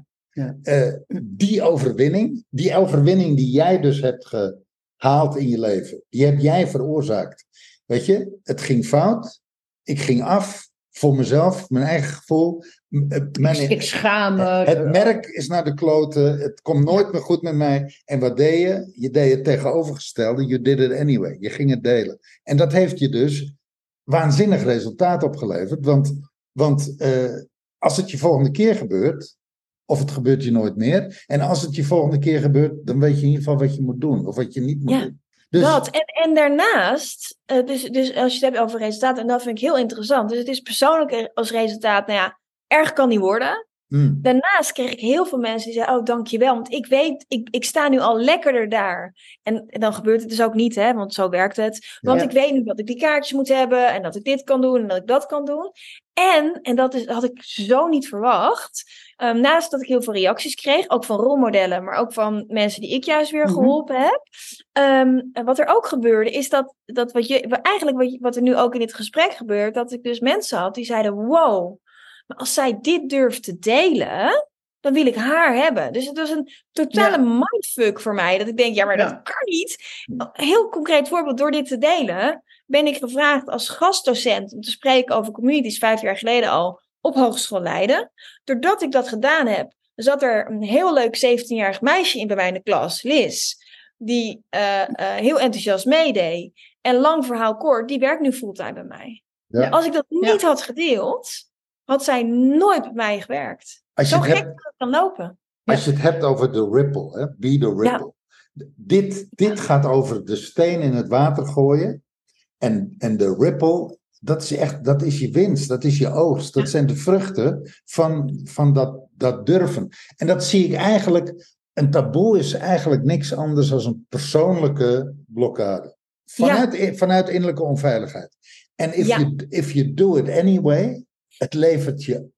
Die overwinning die jij dus hebt gehaald in je leven. Die heb jij veroorzaakt. Weet je, het ging fout. Ik ging af voor mezelf, mijn eigen gevoel. Ik schaam me. Het merk is naar de kloten. Het komt nooit meer goed met mij. En wat deed je? Je deed het tegenovergestelde. You did it anyway. Je ging het delen. En dat heeft je dus waanzinnig resultaat opgeleverd. Want als het je volgende keer gebeurt, of het gebeurt je nooit meer. En als het je volgende keer gebeurt, dan weet je in ieder geval wat je moet doen. Of wat je niet moet doen. Dus, dat. En daarnaast, dus als je het hebt over resultaten, en dat vind ik heel interessant. Dus het is persoonlijk als resultaat, nou ja, erg kan niet worden. Daarnaast kreeg ik heel veel mensen die zeiden, dankjewel. Want ik weet, ik sta nu al lekkerder daar. En dan gebeurt het dus ook niet, hè, want zo werkt het. Want ik weet nu dat ik die kaartjes moet hebben. En dat ik dit kan doen en dat ik dat kan doen. En dat had ik zo niet verwacht. Naast dat ik heel veel reacties kreeg, ook van rolmodellen, maar ook van mensen die ik juist weer geholpen heb. Wat er ook gebeurde, is dat wat er nu ook in dit gesprek gebeurt, dat ik dus mensen had die zeiden, wow, maar als zij dit durft te delen, dan wil ik haar hebben. Dus het was een totale mindfuck voor mij. Dat ik denk, maar dat kan niet. Heel concreet voorbeeld, door dit te delen, ben ik gevraagd als gastdocent om te spreken over communities 5 jaar geleden al op Hogeschool Leiden. Doordat ik dat gedaan heb, zat er een heel leuk 17-jarig meisje bij mij in de klas, Liz, die heel enthousiast meedeed. En lang verhaal kort, die werkt nu fulltime bij mij. Ja. Als ik dat niet had gedeeld, had zij nooit bij mij gewerkt. Zo gek dat het kan lopen. Als je het hebt over de ripple, hè? Be the ripple. Ja. Dit gaat over de steen in het water gooien. En de ripple, dat is je winst, dat is je oogst. Dat zijn de vruchten van dat durven. En dat zie ik eigenlijk, een taboe is eigenlijk niks anders dan een persoonlijke blokkade. Vanuit innerlijke onveiligheid. En if you do it anyway, het levert je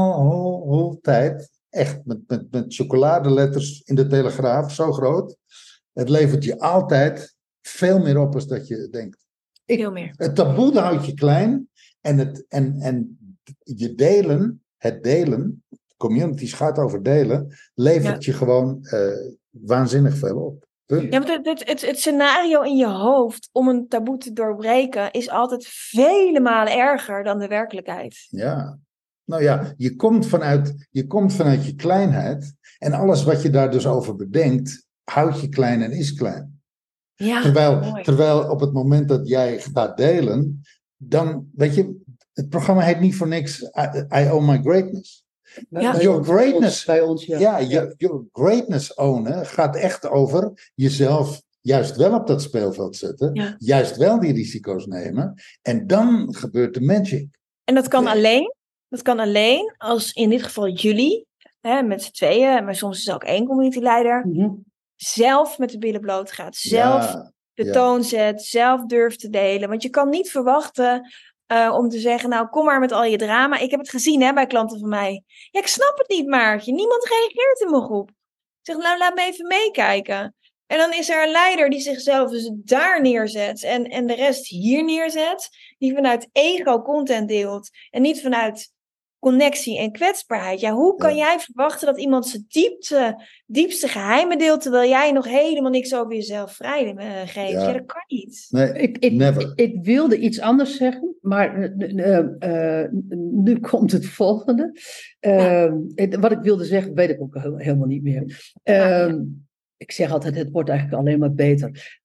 altijd, echt met chocoladeletters in de Telegraaf, zo groot. Het levert je altijd veel meer op dan dat je denkt. Veel meer. Het taboe houdt je klein en je delen, communities gaat over delen, levert je gewoon waanzinnig veel op. Ja, want het scenario in je hoofd om een taboe te doorbreken is altijd vele malen erger dan de werkelijkheid. Ja, nou ja, je komt vanuit je kleinheid en alles wat je daar dus over bedenkt, houdt je klein en is klein. Ja, terwijl op het moment dat jij gaat delen, dan, weet je, het programma heet niet voor niks I Own My Greatness. Ja. Your greatness, bij ons, your greatness ownen gaat echt over jezelf juist wel op dat speelveld zetten, juist wel die risico's nemen en dan gebeurt de magic. En dat kan alleen als in dit geval jullie, met z'n tweeën, maar soms is er ook 1 communityleider, zelf met de billen bloot gaat, zelf de toon zet, zelf durft te delen. Want je kan niet verwachten om te zeggen, nou kom maar met al je drama. Ik heb het gezien bij klanten van mij. Ja, ik snap het niet, Maartje. Niemand reageert in mijn groep. Ik zeg, nou laat me even meekijken. En dan is er een leider die zichzelf dus daar neerzet en de rest hier neerzet. Die vanuit ego content deelt en niet vanuit connectie en kwetsbaarheid. Ja, hoe kan jij verwachten dat iemand zijn diepste geheimen deelt, terwijl jij nog helemaal niks over jezelf vrij geeft? Ja, dat kan niet. Nee, never. Ik wilde iets anders zeggen, maar nu komt het volgende. Wat ik wilde zeggen, weet ik ook helemaal niet meer. Ik zeg altijd, het wordt eigenlijk alleen maar beter.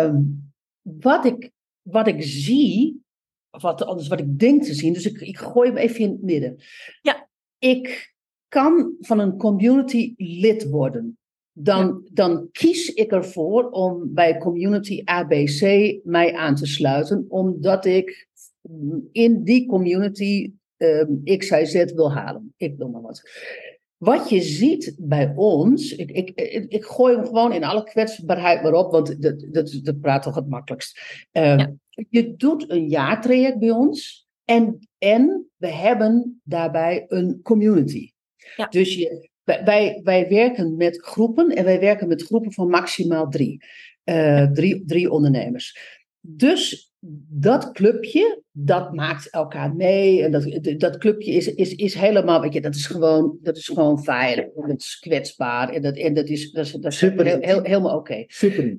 Wat ik zie, wat ik denk te zien, dus ik gooi hem even in het midden. Ja. Ik kan van een community lid worden. Dan kies ik ervoor om bij community ABC mij aan te sluiten, omdat ik in die community X, Y, Z wil halen. Ik wil maar wat. Wat je ziet bij ons, ik gooi hem gewoon in alle kwetsbaarheid maar op, want dat praat toch het makkelijkst. Je doet een jaartraject bij ons en we hebben daarbij een community. Ja. Dus wij werken met groepen en wij werken met groepen van maximaal 3. 3 ondernemers. Dus dat clubje, dat maakt elkaar mee. En dat clubje is helemaal, weet je, dat is gewoon veilig. En dat is kwetsbaar. En dat is helemaal oké. Super.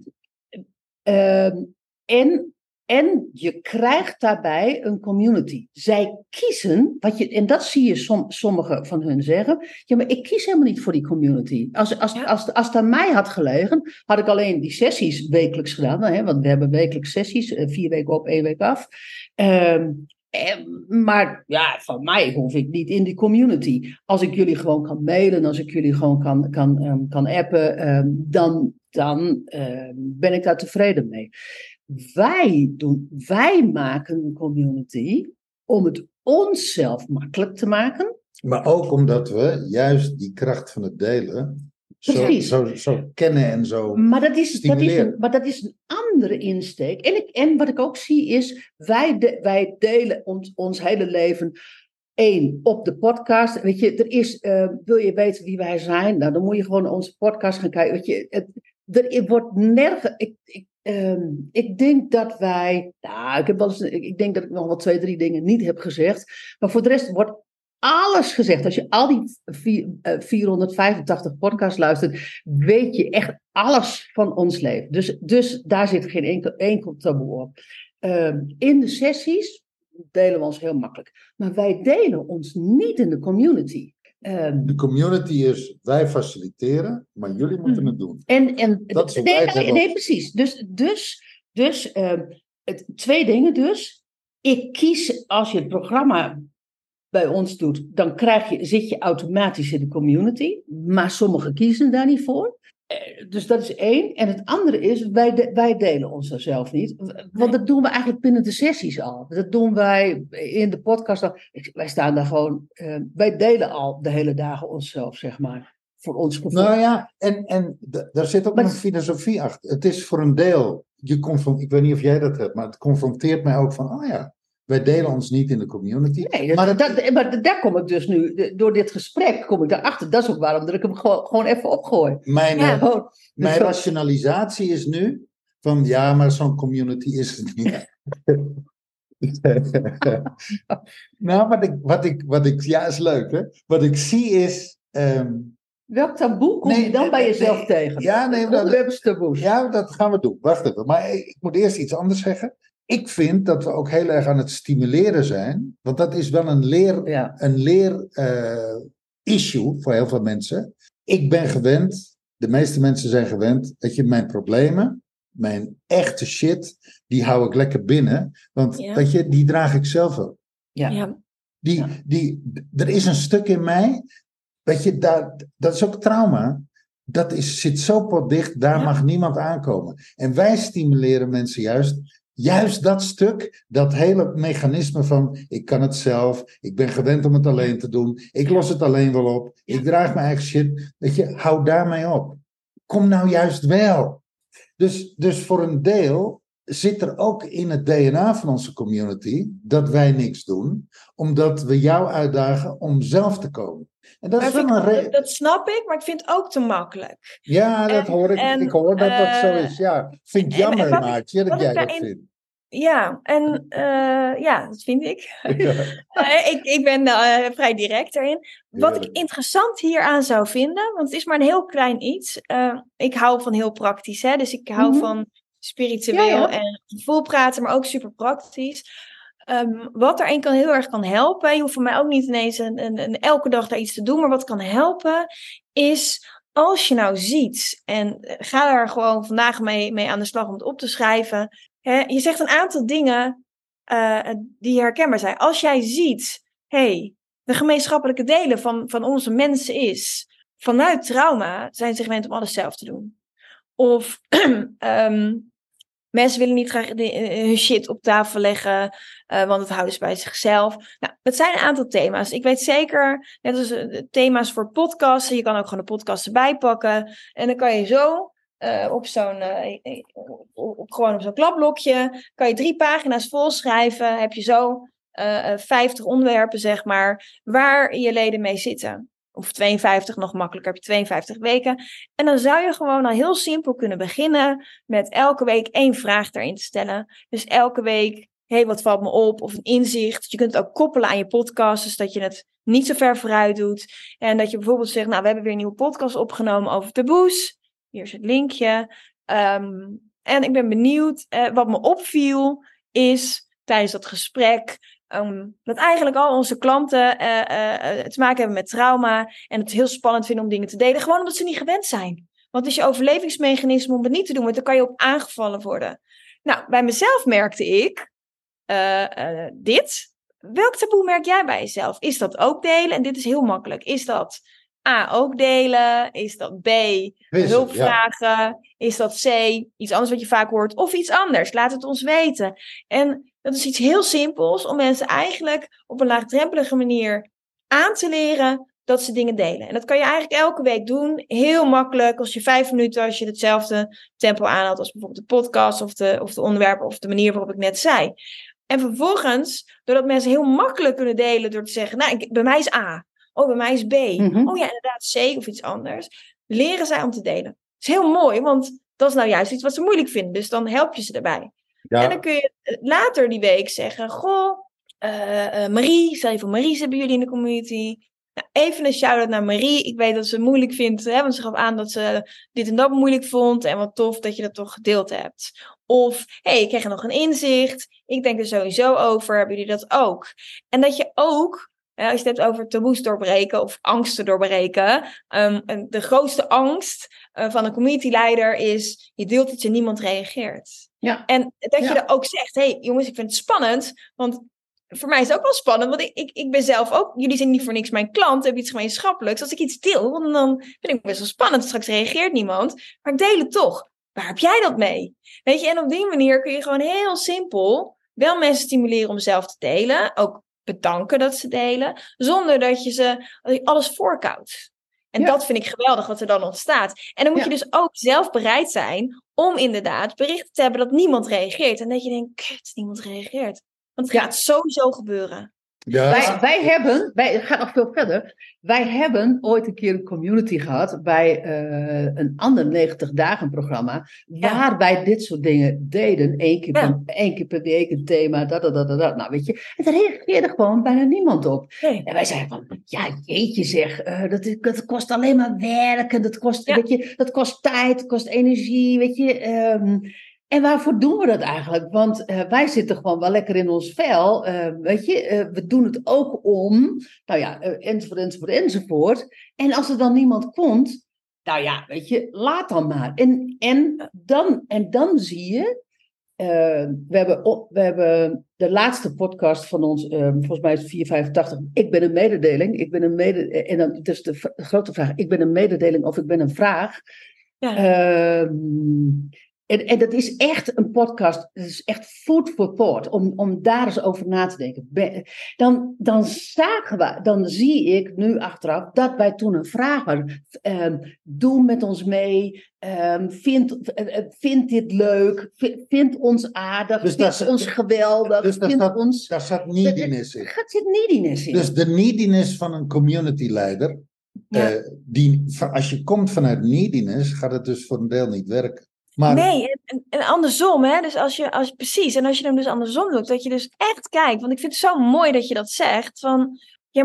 En je krijgt daarbij een community. Zij kiezen, en dat zie je sommigen van hun zeggen. Ja, maar ik kies helemaal niet voor die community. Als het aan mij had gelegen, had ik alleen die sessies wekelijks gedaan. Want we hebben wekelijks sessies, 4 weken op, 1 week af. Maar ja, van mij hoef ik niet in die community. Als ik jullie gewoon kan mailen, als ik jullie gewoon kan appen, dan ben ik daar tevreden mee. Wij maken een community om het onszelf makkelijk te maken. Maar ook omdat we juist die kracht van het delen zo kennen en zo maar dat is een andere insteek. En wat ik ook zie is, wij delen ons hele leven op de podcast. Weet je, wil je weten wie wij zijn? Nou, dan moet je gewoon onze podcast gaan kijken. Weet je, er wordt nergens... Ik denk dat wij... ik denk dat ik nog wel 2-3 dingen niet heb gezegd. Maar voor de rest wordt alles gezegd. Als je al die 485 podcasts luistert, weet je echt alles van ons leven. Dus daar zit geen enkel taboe op. In de sessies delen we ons heel makkelijk. Maar wij delen ons niet in de community. De community is, wij faciliteren, maar jullie moeten het doen. Nee, precies. Dus 2 dingen dus. Ik kies, als je het programma bij ons doet, dan zit je automatisch in de community. Maar sommigen kiezen daar niet voor. Dus dat is 1. En het andere is, wij delen ons er zelf niet. Want dat doen we eigenlijk binnen de sessies al. Dat doen wij in de podcast al. Wij staan daar gewoon... wij delen al de hele dagen onszelf, zeg maar. Voor ons gevoel. Nou ja, en daar zit ook een filosofie achter. Het is voor een deel... ik weet niet of jij dat hebt, maar het confronteert mij ook van... wij delen ons niet in de community. Nee, maar daar kom ik dus nu, door dit gesprek kom ik daarachter. Dat is ook waarom dat ik hem gewoon even opgooi. Mijn rationalisatie is nu van maar zo'n community is het niet. Nou, wat ik is leuk hè. Wat ik zie is... Welk taboe kom je dan bij jezelf tegen? Ja, taboes. Ja, dat gaan we doen. Wacht even. Maar ik moet eerst iets anders zeggen. Ik vind dat we ook heel erg aan het stimuleren zijn. Want dat is wel een leer issue voor heel veel mensen. Ik ben gewend, de meeste mensen zijn gewend, dat je mijn problemen, mijn echte shit, die hou ik lekker binnen. Want weet je, die draag ik zelf op. Ja. Er is een stuk in mij, weet je, dat is ook trauma. Dat zit zo potdicht, daar mag niemand aankomen. En wij stimuleren mensen juist dat stuk, dat hele mechanisme van ik kan het zelf, ik ben gewend om het alleen te doen, ik los het alleen wel op, ik draag mijn eigen shit. Weet je, hou daarmee op. Kom nou juist wel. Dus voor een deel zit er ook in het DNA van onze community dat wij niks doen, omdat we jou uitdagen om zelf te komen. En dat is wel dat snap ik, maar ik vind het ook te makkelijk. Ja, dat hoor ik. Ik hoor dat dat zo is. Ja, vind het jammer, maatje, dat jij dat vindt. Ja, en dat vind ik. Ik ben vrij direct erin. Wat ik interessant hieraan zou vinden, want het is maar een heel klein iets. Ik hou van heel praktisch, hè? Dus ik hou van spiritueel en gevoel praten, maar ook super praktisch. Wat er heel erg kan helpen, je hoeft voor mij ook niet ineens elke dag daar iets te doen, maar wat kan helpen is, als je nou ziet, en ga daar gewoon vandaag mee aan de slag om het op te schrijven. Je zegt een aantal dingen die herkenbaar zijn. Als jij ziet, de gemeenschappelijke delen van onze mensen is, vanuit trauma zijn ze gewend om alles zelf te doen. Of mensen willen niet graag hun shit op tafel leggen, want het houden ze bij zichzelf. Nou, dat zijn een aantal thema's. Ik weet zeker, net als thema's voor podcasten, je kan ook gewoon de podcast erbij pakken. En dan kan je zo op zo'n klapblokje, kan je 3 pagina's vol schrijven. Heb je zo 50 onderwerpen, zeg maar, waar je leden mee zitten. Of 52, nog makkelijker, heb je 52 weken. En dan zou je gewoon al heel simpel kunnen beginnen met elke week 1 vraag daarin te stellen. Dus elke week, wat valt me op? Of een inzicht. Je kunt het ook koppelen aan je podcast, dus dat je het niet zo ver vooruit doet. En dat je bijvoorbeeld zegt, we hebben weer een nieuwe podcast opgenomen over taboes. Hier is het linkje. En ik ben benieuwd, wat me opviel is tijdens dat gesprek, dat eigenlijk al onze klanten te maken hebben met trauma en het heel spannend vinden om dingen te delen, gewoon omdat ze niet gewend zijn. Want het is je overlevingsmechanisme om het niet te doen, want dan kan je op aangevallen worden. Nou, bij mezelf merkte ik dit. welk taboe merk jij bij jezelf? Is dat ook delen? En dit is heel makkelijk. Is dat A, ook delen? Is dat B, hulp vragen? Is dat C, iets anders wat je vaak hoort? Of iets anders? Laat het ons weten. En dat is iets heel simpels om mensen eigenlijk op een laagdrempelige manier aan te leren dat ze dingen delen. En dat kan je eigenlijk elke week doen. Heel makkelijk. Als je 5 minuten, als je hetzelfde tempo aanhoudt als bijvoorbeeld de podcast of de onderwerpen of de manier waarop ik net zei. En vervolgens, doordat mensen heel makkelijk kunnen delen door te zeggen, nou, bij mij is A. Oh, bij mij is B. Mm-hmm. Oh ja, inderdaad C of iets anders. Leren zij om te delen. Dat is heel mooi, want dat is nou juist iets wat ze moeilijk vinden. Dus dan help je ze daarbij. Ja. En dan kun je later die week zeggen, goh, Marie, stel je voor Marie zit bij jullie in de community. Nou, even een shout-out naar Marie. Ik weet dat ze het moeilijk vindt, hè, want ze gaf aan dat ze dit en dat moeilijk vond. En wat tof dat je dat toch gedeeld hebt. Of, ik kreeg nog een inzicht. Ik denk er sowieso over. Hebben jullie dat ook? En dat je ook, als je het hebt over taboes doorbreken of angsten doorbreken. De grootste angst van een communityleider is, je deelt iets en niemand reageert. Ja. En dat je er ook zegt, jongens, ik vind het spannend, want voor mij is het ook wel spannend, want ik ben zelf ook, jullie zijn niet voor niks mijn klant, hebben iets gemeenschappelijks. Als ik iets deel, dan vind ik best wel spannend. Straks reageert niemand, maar ik deel het toch. Waar heb jij dat mee? Weet je, en op die manier kun je gewoon heel simpel wel mensen stimuleren om zelf te delen. Ook bedanken dat ze delen, zonder dat je alles voorkoudt. En dat vind ik geweldig wat er dan ontstaat. En dan moet je dus ook zelf bereid zijn om inderdaad berichten te hebben dat niemand reageert. En dat je denkt, kut, niemand reageert. Want het gaat sowieso gebeuren. Ja. Wij gaan nog veel verder. Wij hebben ooit een keer een community gehad bij een ander 90 dagen programma. Waar wij dit soort dingen deden. Eén keer per week een thema. Nou, weet je. En daar reageerde gewoon bijna niemand op. Nee. En wij zeiden van, jeetje zeg. Dat kost alleen maar werk. En dat kost tijd. Dat kost energie. Weet je. En waarvoor doen we dat eigenlijk? Want wij zitten gewoon wel lekker in ons vel. Weet je, we doen het ook om, enzovoort. En als er dan niemand komt, weet je, laat dan maar. En dan zie je, we hebben de laatste podcast van ons, volgens mij is het 485. Ik ben een mededeling. En dan is de grote vraag, ik ben een mededeling of ik ben een vraag. Ja. En dat is echt een podcast, dat is echt food for thought, om daar eens over na te denken. Dan zie ik nu achteraf dat wij toen een vraag hadden. Doe met ons mee, vind dit leuk, vind ons aardig, vind ons geweldig. Dus daar zat neediness in. Daar zit neediness in. Dus de neediness van een communityleider, als je komt vanuit neediness, gaat het dus voor een deel niet werken. Maar... Nee, en andersom, hè? Dus als je hem dus andersom doet, dat je dus echt kijkt, want ik vind het zo mooi dat je dat zegt, van,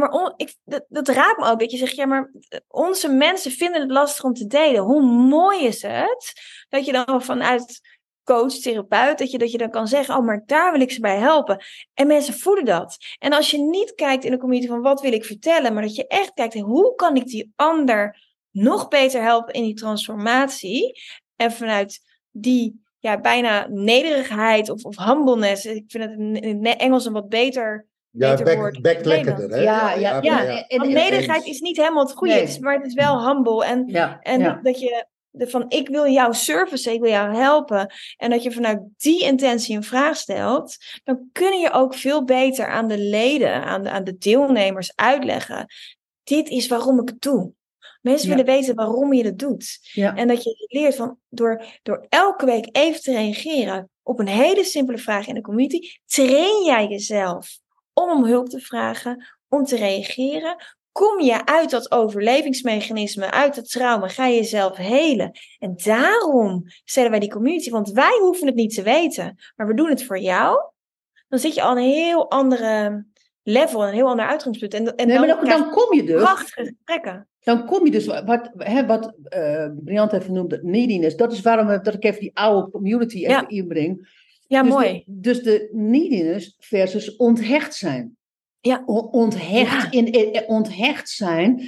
dat raakt me ook, dat je zegt, maar onze mensen vinden het lastig om te delen. Hoe mooi is het, dat je dan vanuit coach, therapeut, dat je dan kan zeggen, maar daar wil ik ze bij helpen. En mensen voelen dat. En als je niet kijkt in de community van, wat wil ik vertellen, maar dat je echt kijkt, hoe kan ik die ander nog beter helpen in die transformatie. En vanuit die bijna nederigheid of humbleness. Ik vind het in het Engels een wat beter woord. Back lekkerder, hè? Ja. Want nederigheid is niet helemaal het goede, maar het is wel humble. En dat je van, ik wil jou servicen, ik wil jou helpen. En dat je vanuit die intentie een vraag stelt, dan kun je ook veel beter aan de leden, aan de deelnemers uitleggen. Dit is waarom ik het doe. Mensen willen weten waarom je dat doet. Ja. En dat je leert van door elke week even te reageren op een hele simpele vraag in de community, train jij jezelf om hulp te vragen, om te reageren. Kom je uit dat overlevingsmechanisme, uit dat trauma, ga je jezelf helen. En daarom stellen wij die community, want wij hoeven het niet te weten, maar we doen het voor jou. Dan zit je al een heel andere level, een heel ander uitgangspunt. En dan kom je dus prachtige gesprekken. Dan kom je dus, wat Briant heeft genoemd, neediness. Dat is waarom dat ik even die oude community even inbreng. Ja, dus mooi. Dus de neediness versus onthecht zijn. Ja. Onthecht zijn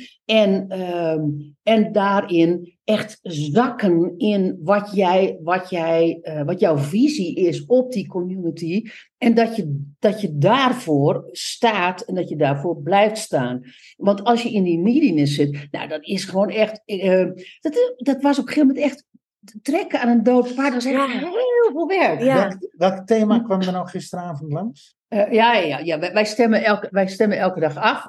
en daarin echt zakken in wat jouw visie is op die community en dat je daarvoor staat en dat je daarvoor blijft staan. Want als je in die neediness zit, nou dat is gewoon echt, dat was op een gegeven moment echt trekken aan een dood paard, dat is echt heel veel werk. Ja. Welk thema kwam er nou gisteravond langs? Wij stemmen elke dag af.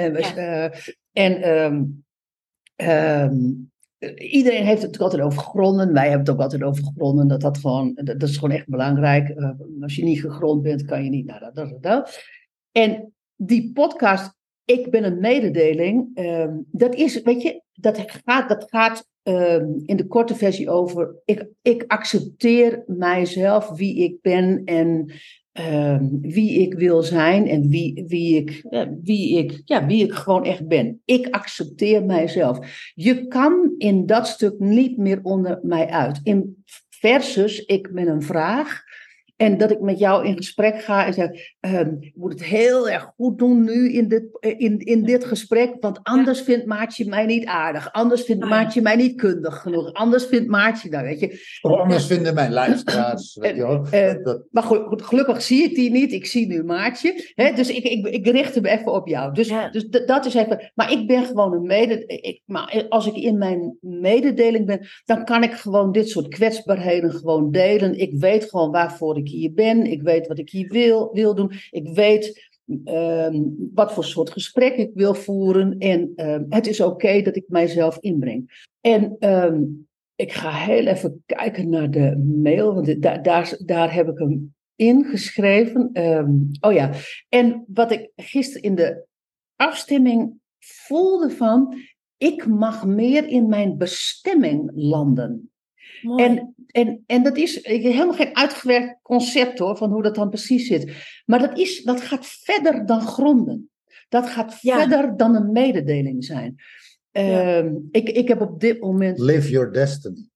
Iedereen heeft het natuurlijk altijd over gronden. Wij hebben het ook altijd over gronden. Dat is gewoon echt belangrijk. Als je niet gegrond bent, kan je niet. Dat. En die podcast, Ik ben een mededeling. Dat is, weet je, dat gaat in de korte versie over. Ik accepteer mijzelf, wie ik ben en wie ik wil zijn en wie ik gewoon echt ben. Ik accepteer mijzelf. Je kan in dat stuk niet meer onder mij uit. Versus ik met een vraag. En dat ik met jou in gesprek ga en zeg, ik moet het heel erg goed doen nu in dit gesprek, want anders vindt Maartje mij niet aardig. Anders vindt Maartje mij niet kundig genoeg. Anders vindt Maartje, nou weet je. Of anders vinden mijn luisteraars. Maar goed, gelukkig zie ik die niet. Ik zie nu Maartje. Hè, dus ik richt me even op jou. Dus dat is even. Maar ik ben gewoon maar als ik in mijn mededeling ben, dan kan ik gewoon dit soort kwetsbaarheden gewoon delen. Ik weet gewoon waarvoor ik hier ben. Ik weet wat ik hier wil doen. Ik weet wat voor soort gesprek ik wil voeren. En het is oké dat ik mijzelf inbreng. En ik ga heel even kijken naar de mail, want daar heb ik hem ingeschreven. En wat ik gisteren in de afstemming voelde van, ik mag meer in mijn bestemming landen. En dat is helemaal geen uitgewerkt concept hoor, van hoe dat dan precies zit. Maar dat gaat verder dan gronden. Dat gaat verder dan een mededeling zijn. Ik heb op dit moment... Live your destiny.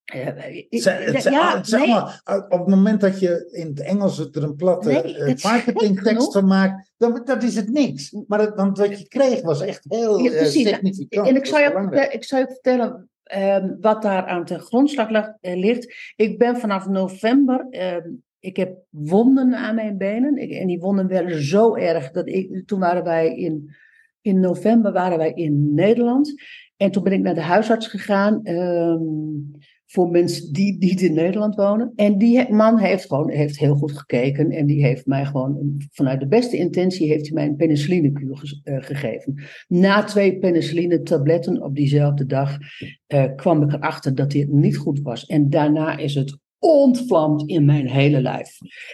Op het moment dat je in het Engels er een platte marketingtekst van maakt, dat is het niks. Maar want wat je kreeg was echt heel significant. En ik zou je vertellen wat daar aan ten grondslag ligt. Ik ben vanaf november... ik heb wonden aan mijn benen. En die wonden werden zo erg dat toen waren wij in november waren wij in Nederland. En toen ben ik naar de huisarts gegaan. Voor mensen die in Nederland wonen. En die man heeft heel goed gekeken. En die heeft mij gewoon vanuit de beste intentie heeft hij mij een penicillinekuur gegeven. Na 2 penicilline tabletten op diezelfde dag kwam ik erachter dat dit niet goed was. En daarna is het ontvlamd in mijn hele lijf.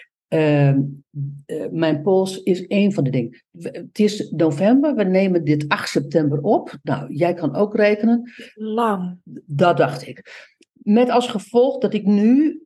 Mijn pols is één van de dingen. Het is november, we nemen dit 8 september op. Nou, jij kan ook rekenen. Lang. Dat dacht ik. Met als gevolg dat ik nu,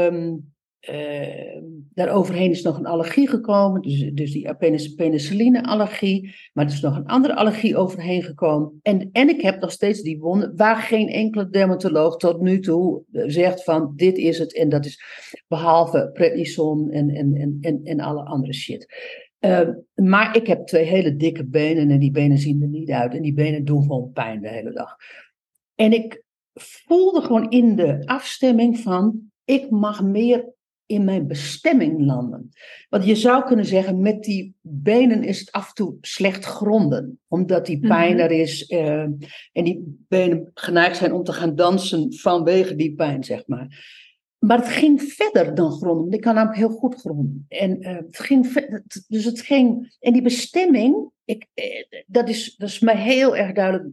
daaroverheen is nog een allergie gekomen, dus die penicilline-allergie, maar er is nog een andere allergie overheen gekomen. En ik heb nog steeds die wonden, waar geen enkele dermatoloog tot nu toe zegt van dit is het en dat is, behalve prednison en alle andere shit. Maar ik heb 2 hele dikke benen en die benen zien er niet uit en die benen doen gewoon pijn de hele dag. En ik voelde gewoon in de afstemming van, ik mag meer in mijn bestemming landen. Want je zou kunnen zeggen, met die benen is het af en toe slecht gronden. Omdat die pijn er is en die benen geneigd zijn om te gaan dansen vanwege die pijn, zeg maar. Maar het ging verder dan gronden. Want ik kan namelijk heel goed gronden. En het ging verder. Dus het ging. En die bestemming, dat is mij heel erg duidelijk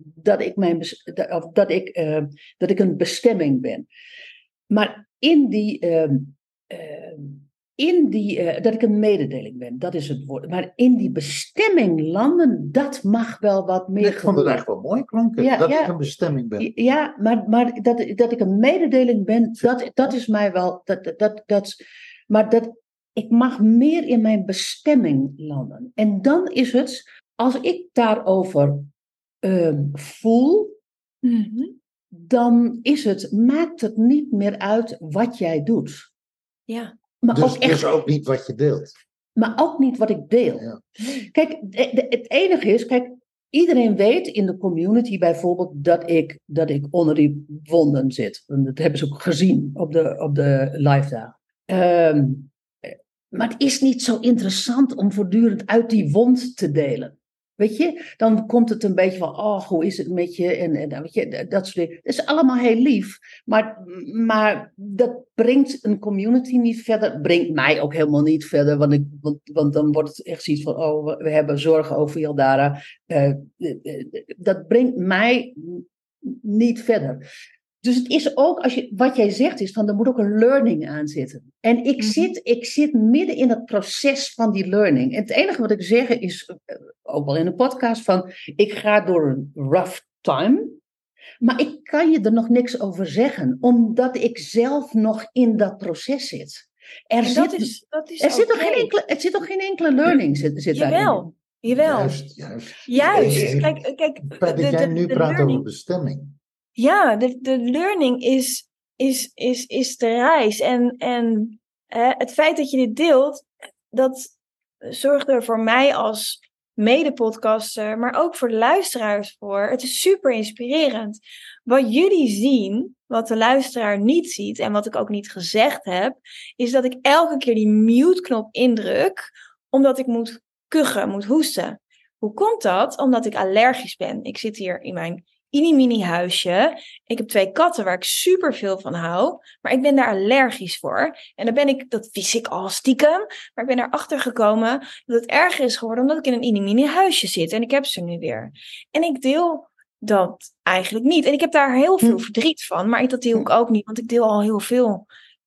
dat ik een bestemming ben. Maar dat ik een mededeling ben, dat is het woord. Maar in die bestemming landen, dat mag wel wat meer. Ik vond het echt wel mooi klanken, ik een bestemming ben. Ja, maar dat ik een mededeling ben, dat is mij wel. Ik mag meer in mijn bestemming landen. En dan is het, als ik daarover voel, dan maakt het niet meer uit wat jij doet. Ja. Maar dus ook niet wat je deelt. maar ook niet wat ik deel. Ja. Kijk, het enige is, iedereen weet in de community bijvoorbeeld dat ik onder die wonden zit. En dat hebben ze ook gezien op de live dagen. Maar het is niet zo interessant om voortdurend uit die wond te delen. Weet je, dan komt het een beetje van, hoe is het met je? En weet je, dat soort dingen. Dat is allemaal heel lief. Maar dat brengt een community niet verder. Brengt mij ook helemaal niet verder. Want dan wordt het echt zoiets van, we hebben zorgen over Yaldara. Dat brengt mij niet verder. Dus het is ook, wat jij zegt is, er moet ook een learning aan zitten. En ik zit midden in het proces van die learning. En het enige wat ik zeg is, ook wel in een podcast, van ik ga door een rough time. Maar ik kan je er nog niks over zeggen, omdat ik zelf nog in dat proces zit. Er zit nog geen enkele learning zit daarin. Jawel. Juist. Kijk, dat jij nu praat over bestemming. Ja, de learning is de reis. En het feit dat je dit deelt, dat zorgt er voor mij als mede-podcaster, maar ook voor de luisteraars voor. Het is super inspirerend. Wat jullie zien, wat de luisteraar niet ziet en wat ik ook niet gezegd heb, is dat ik elke keer die mute-knop indruk, omdat ik moet kuchen, moet hoesten. Hoe komt dat? Omdat ik allergisch ben. Ik zit hier in mijn mini huisje. Ik heb 2 katten waar ik super veel van hou, maar ik ben daar allergisch voor. En dat wist ik al stiekem, maar ik ben erachter gekomen dat het erger is geworden omdat ik in een mini huisje zit en ik heb ze nu weer. En ik deel dat eigenlijk niet. En ik heb daar heel veel verdriet van, maar dat deel ik ook niet, want ik deel al heel veel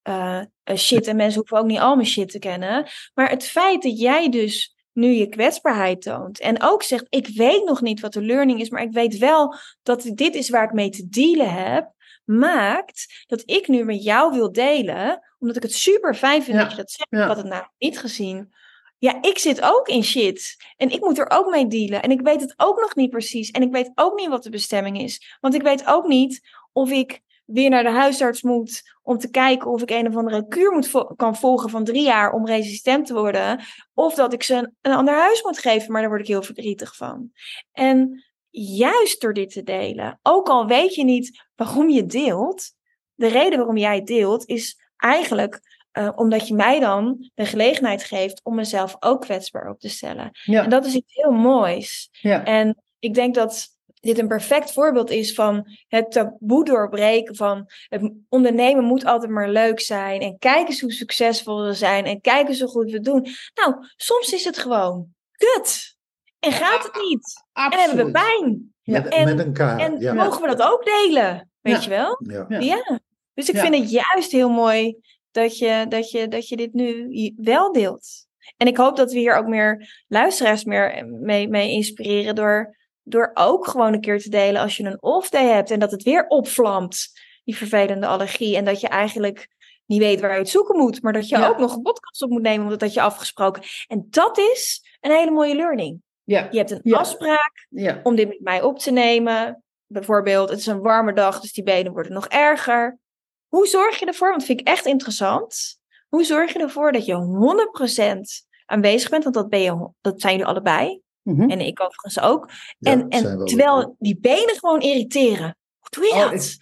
shit en mensen hoeven ook niet al mijn shit te kennen. Maar het feit dat jij dus nu je kwetsbaarheid toont en ook zegt, ik weet nog niet wat de learning is, maar ik weet wel dat dit is waar ik mee te dealen heb, maakt dat ik nu met jou wil delen, omdat ik het super fijn vind dat je dat zegt. Ik had het nou niet gezien. Ja, ik zit ook in shit en ik moet er ook mee dealen en ik weet het ook nog niet precies en ik weet ook niet wat de bestemming is, want ik weet ook niet of ik weer naar de huisarts moet om te kijken of ik een of andere kuur kan volgen van 3 jaar om resistent te worden. Of dat ik ze een ander huis moet geven, maar daar word ik heel verdrietig van. En juist door dit te delen, ook al weet je niet waarom je deelt, de reden waarom jij deelt is eigenlijk omdat je mij dan de gelegenheid geeft om mezelf ook kwetsbaar op te stellen. Ja. En dat is iets heel moois. Ja. En ik denk dat dit een perfect voorbeeld is van het taboe doorbreken van het ondernemen moet altijd maar leuk zijn en kijk eens hoe succesvol we zijn en kijk eens hoe goed we het doen. Nou, soms is het gewoon kut en gaat het niet. Absoluut. En hebben we pijn. Ja. Met een K. En mogen we dat ook delen, weet je wel? Ja. Dus ik vind het juist heel mooi dat je dit nu wel deelt. En ik hoop dat we hier ook meer luisteraars mee inspireren door ook gewoon een keer te delen als je een off-day hebt en dat het weer opvlamt, die vervelende allergie. En dat je eigenlijk niet weet waar je het zoeken moet, maar dat je ook nog een podcast op moet nemen, omdat dat je afgesproken. En dat is een hele mooie learning. Ja. Je hebt een afspraak om dit met mij op te nemen. Bijvoorbeeld, het is een warme dag, dus die benen worden nog erger. Hoe zorg je ervoor, want dat vind ik echt interessant, hoe zorg je ervoor dat je 100% aanwezig bent, want dat zijn jullie allebei. Mm-hmm. En ik overigens ook. Ja, en terwijl die benen gewoon irriteren. Hoe doe je dat?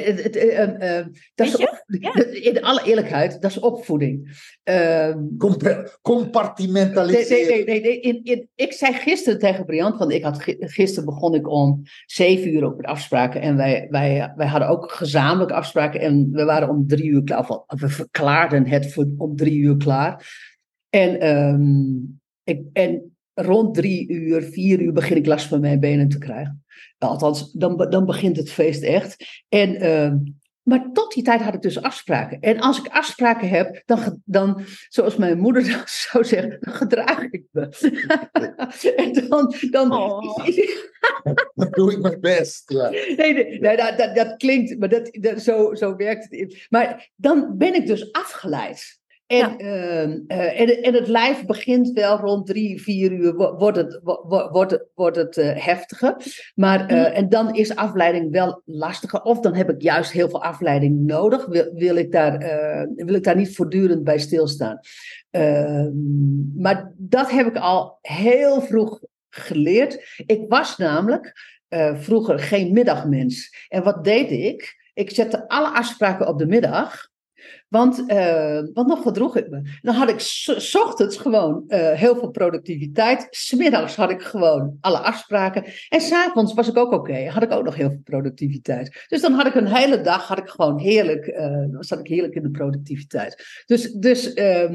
Dat is in alle eerlijkheid, dat is opvoeding. Compartimentaliseren. Nee. Ik zei gisteren tegen Briant, want gisteren begon ik om 7 uur ook met afspraken. En wij hadden ook gezamenlijke afspraken. En we waren om 3 uur klaar. We verklaarden het om 3 uur klaar. En rond 3 uur, 4 uur begin ik last van mijn benen te krijgen. Althans, dan begint het feest echt. Maar tot die tijd had ik dus afspraken. En als ik afspraken heb, dan zoals mijn moeder dan zou zeggen, dan gedraag ik me. En dan doe ik mijn best. Ja. Nee, dat klinkt, maar zo werkt het. Maar dan ben ik dus afgeleid. En het lijf begint wel rond 3, 4 uur, wordt het heftiger. Maar, en dan is afleiding wel lastiger. Of dan heb ik juist heel veel afleiding nodig. Wil ik daar niet voortdurend bij stilstaan. Maar dat heb ik al heel vroeg geleerd. Ik was namelijk vroeger geen middagmens. En wat deed ik? Ik zette alle afspraken op de middag. Want dan gedroeg ik me. Dan had ik 's ochtends gewoon heel veel productiviteit. 's Middags had ik gewoon alle afspraken. En 's avonds was ik ook oké. Had ik ook nog heel veel productiviteit. Dus dan had ik een hele dag gewoon zat ik heerlijk in de productiviteit. Dus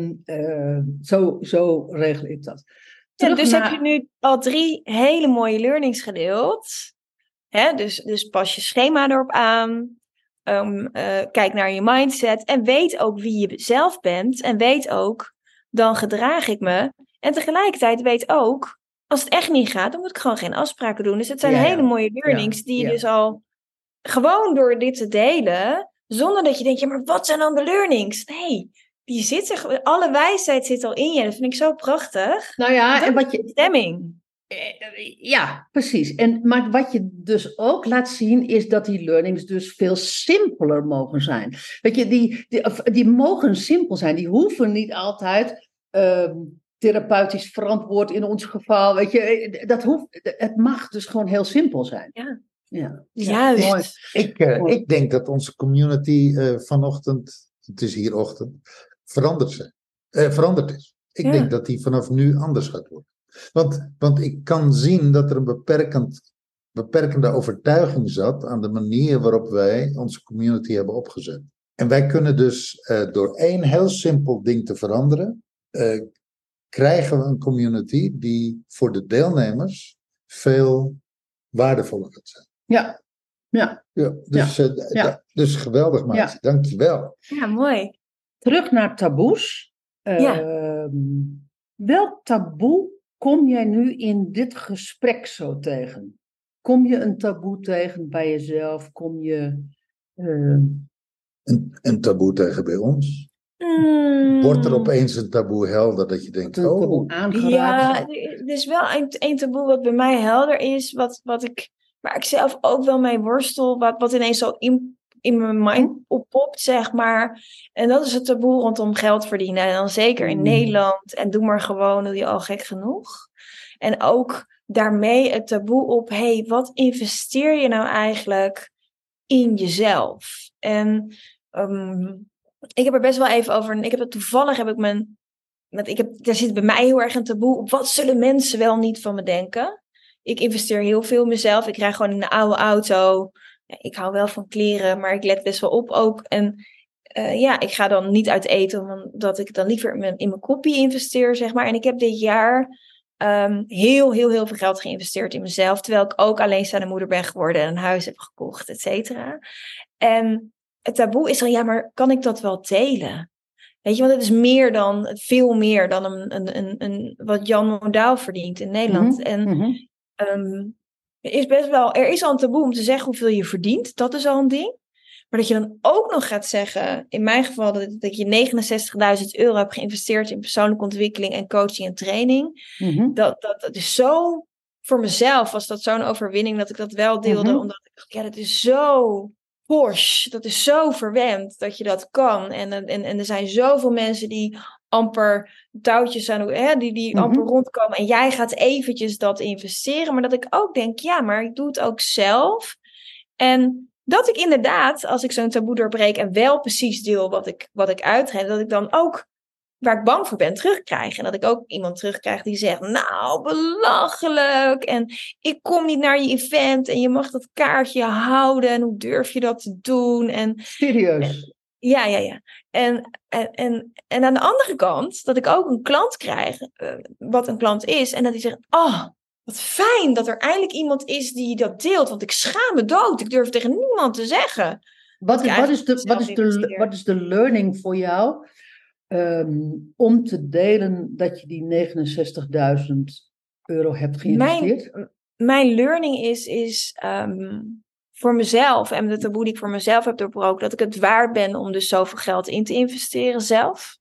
zo regel ik dat. Ja, dus heb je nu al 3 hele mooie learnings gedeeld. Hè? Dus pas je schema erop aan. Kijk naar je mindset. En weet ook wie je zelf bent. En weet ook, dan gedraag ik me. En tegelijkertijd weet ook, als het echt niet gaat, dan moet ik gewoon geen afspraken doen. Dus het zijn hele mooie learnings die je dus al gewoon door dit te delen, zonder dat je denkt, ja, maar wat zijn dan de learnings? Nee, die zitten, alle wijsheid zit al in je. Dat vind ik zo prachtig. Nou ja, en wat je stemming. Ja, precies. Maar wat je dus ook laat zien, is dat die learnings dus veel simpeler mogen zijn. Weet je, die mogen simpel zijn. Die hoeven niet altijd therapeutisch verantwoord in ons geval. Weet je, het mag dus gewoon heel simpel zijn. Ja. Juist. Mooi. Ik denk dat onze community vanochtend, het is hier ochtend, veranderd is. Ik denk dat die vanaf nu anders gaat worden. Want ik kan zien dat er een beperkende overtuiging zat aan de manier waarop wij onze community hebben opgezet. En wij kunnen dus door 1 heel simpel ding te veranderen, krijgen we een community die voor de deelnemers veel waardevoller gaat zijn. Dus geweldig, Maartje. Dank je wel. Ja, mooi. Terug naar taboes. Welk taboe kom jij nu in dit gesprek zo tegen? Kom je een taboe tegen bij jezelf? Kom je... Een taboe tegen bij ons? Wordt er opeens een taboe helder dat je denkt, Ja, er is wel een taboe wat bij mij helder is, waar ik zelf ook wel mee worstel, wat ineens zo in mijn mind oppopt, zeg maar. En dat is het taboe rondom geld verdienen. En dan zeker in Nederland. En doe maar gewoon, doe je al gek genoeg. En ook daarmee het taboe op, wat investeer je nou eigenlijk in jezelf? En ik heb er best wel even over, daar zit bij mij heel erg een taboe op, wat zullen mensen wel niet van me denken? Ik investeer heel veel in mezelf. Ik rij gewoon in een oude auto. Ik hou wel van kleren, maar ik let best wel op ook. En ik ga dan niet uit eten, omdat ik dan liever in mijn koppie investeer, zeg maar. En ik heb dit jaar heel, heel, heel veel geld geïnvesteerd in mezelf. Terwijl ik ook alleenstaande moeder ben geworden en een huis heb gekocht, et cetera. En het taboe is dan, maar kan ik dat wel delen? Weet je, want het is veel meer dan een wat Jan Modaal verdient in Nederland. Er is al een taboe om te zeggen hoeveel je verdient. Dat is al een ding. Maar dat je dan ook nog gaat zeggen, in mijn geval, dat je €69.000 hebt geïnvesteerd in persoonlijke ontwikkeling en coaching en training. Dat is zo, voor mezelf was dat zo'n overwinning dat ik dat wel deelde. Omdat ik dacht, dat is zo posh, dat is zo verwend dat je dat kan. En er zijn zoveel mensen die amper touwtjes aan, die amper rondkomen. En jij gaat eventjes dat investeren. Maar dat ik ook denk, maar ik doe het ook zelf. En dat ik inderdaad, als ik zo'n taboe doorbreek en wel precies deel wat ik uitgeef, dat ik dan ook, waar ik bang voor ben, terugkrijg. En dat ik ook iemand terugkrijg die zegt, nou, belachelijk. En ik kom niet naar je event en je mag dat kaartje houden. En hoe durf je dat te doen? En, serieus? Ja. En aan de andere kant, dat ik ook een klant krijg, wat een klant is. En dat die zegt, wat fijn dat er eindelijk iemand is die dat deelt. Want ik schaam me dood. Ik durf tegen niemand te zeggen. Wat is de learning voor jou om te delen dat je die €69.000 hebt geïnvesteerd? Mijn learning is voor mezelf en de taboe die ik voor mezelf heb doorbroken, dat ik het waard ben om dus zoveel geld in te investeren zelf.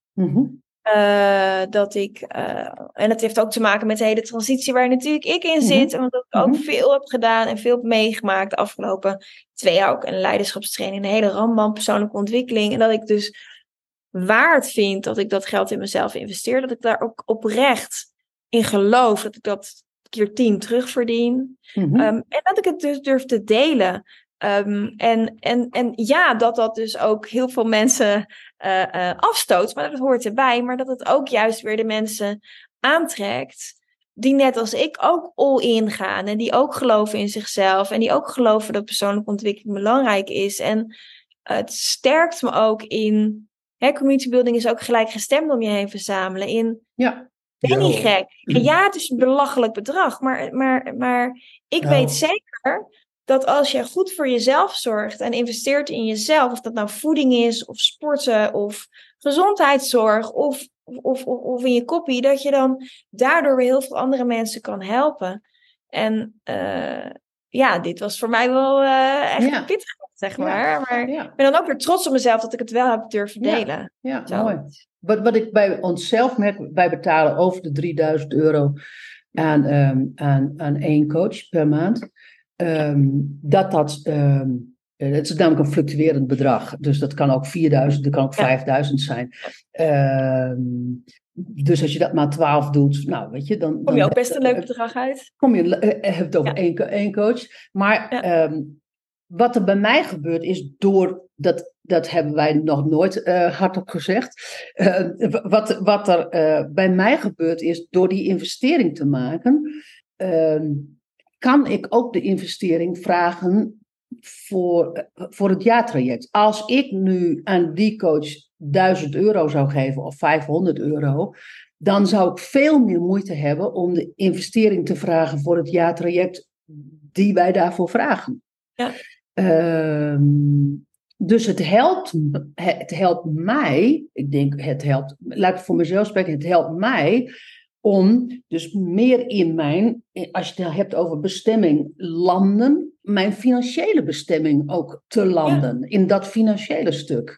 Dat ik, en dat heeft ook te maken met de hele transitie waar natuurlijk ik in zit. En dat ik ook veel heb gedaan en veel heb meegemaakt de afgelopen 2 jaar. Ook een leiderschapstraining, een hele rambam persoonlijke ontwikkeling. En dat ik dus waard vind dat ik dat geld in mezelf investeer. Dat ik daar ook oprecht in geloof dat ik dat keer 10 terugverdien. En dat ik het dus durf te delen. En ja, dat dus ook heel veel mensen afstoot, maar dat hoort erbij. Maar dat het ook juist weer de mensen aantrekt die net als ik ook all-in gaan. En die ook geloven in zichzelf. En die ook geloven dat persoonlijke ontwikkeling belangrijk is. En het sterkt me ook in... community building is ook gelijkgestemd om je heen verzamelen. Ben niet gek. En ja, het is een belachelijk bedrag. Maar ik weet zeker dat als je goed voor jezelf zorgt en investeert in jezelf, of dat nou voeding is, of sporten, of gezondheidszorg, of in je koppie, dat je dan daardoor weer heel veel andere mensen kan helpen. En dit was voor mij wel echt een pittig, zeg maar. Maar ik ben dan ook weer trots op mezelf dat ik het wel heb durven delen. Ja, mooi. Wat ik bij onszelf merk, wij betalen over de €3.000 aan 1 coach per maand. Het is namelijk een fluctuerend bedrag. Dus dat kan ook 4.000, dat kan ook 5.000 zijn. Dus als je dat maar 12 doet, nou weet je, dan kom je ook best een leuk bedrag uit. Hebt het over 1 coach. Maar wat er bij mij gebeurt is dat hebben wij nog nooit hardop gezegd. Wat er bij mij gebeurt is, door die investering te maken, kan ik ook de investering vragen voor het jaartraject. Als ik nu aan die coach €1.000 zou geven of €500, dan zou ik veel meer moeite hebben om de investering te vragen voor het jaartraject die wij daarvoor vragen. Ja. Dus het helpt mij, laat ik voor mezelf spreken, het helpt mij om dus meer in als je het hebt over bestemming, landen, mijn financiële bestemming ook te landen, in dat financiële stuk.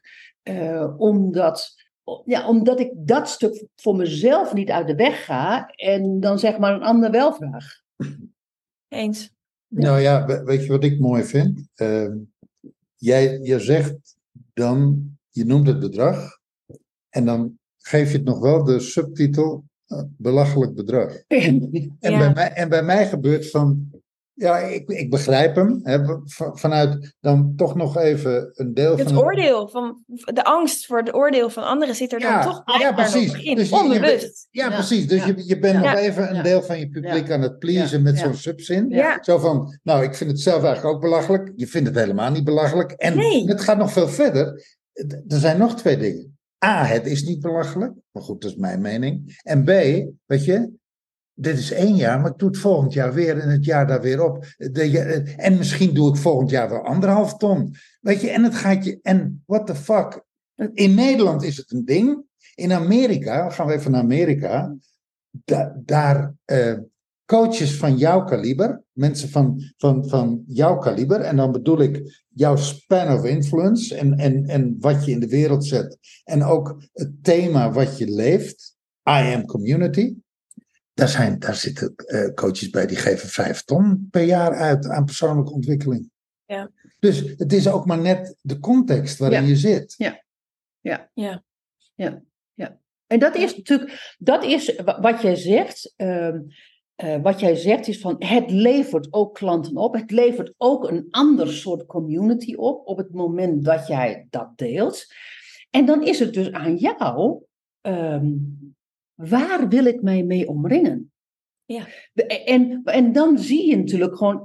Omdat ik dat stuk voor mezelf niet uit de weg ga en dan zeg maar een ander wel vraag. Eens. Nou ja, weet je wat ik mooi vind? Je zegt dan, je noemt het bedrag en dan geef je het nog wel de subtitel belachelijk bedrag. En bij mij gebeurt van, ja, ik begrijp hem, vanuit dan toch nog even een deel van... Het oordeel, van de angst voor het oordeel van anderen zit er dan toch precies. in, dus onbewust. Precies. Dus je bent nog even een deel van je publiek aan het pleasen met zo'n subzin. Ja. Zo van, nou, ik vind het zelf eigenlijk ook belachelijk. Je vindt het helemaal niet belachelijk. En het gaat nog veel verder. Er zijn nog 2 dingen. A, het is niet belachelijk. Maar goed, dat is mijn mening. En B, weet je, dit is 1 jaar, maar ik doe het volgend jaar weer en het jaar daar weer op. En misschien doe ik volgend jaar wel 1,5 ton. Weet je, en het gaat je... En what the fuck? In Nederland is het een ding. In Amerika, gaan we even naar Amerika. Daar coaches van jouw kaliber, mensen van jouw kaliber, en dan bedoel ik jouw span of influence en wat je in de wereld zet. En ook het thema wat je leeft. I am community. Daar zitten coaches bij die geven 5 ton per jaar uit aan persoonlijke ontwikkeling. Ja. Dus het is ook maar net de context waarin je zit. Ja. En dat is wat jij zegt. Wat jij zegt is van, het levert ook klanten op. Het levert ook een ander soort community op het moment dat jij dat deelt. En dan is het dus aan jou... waar wil ik mij mee omringen? Ja. En dan zie je natuurlijk gewoon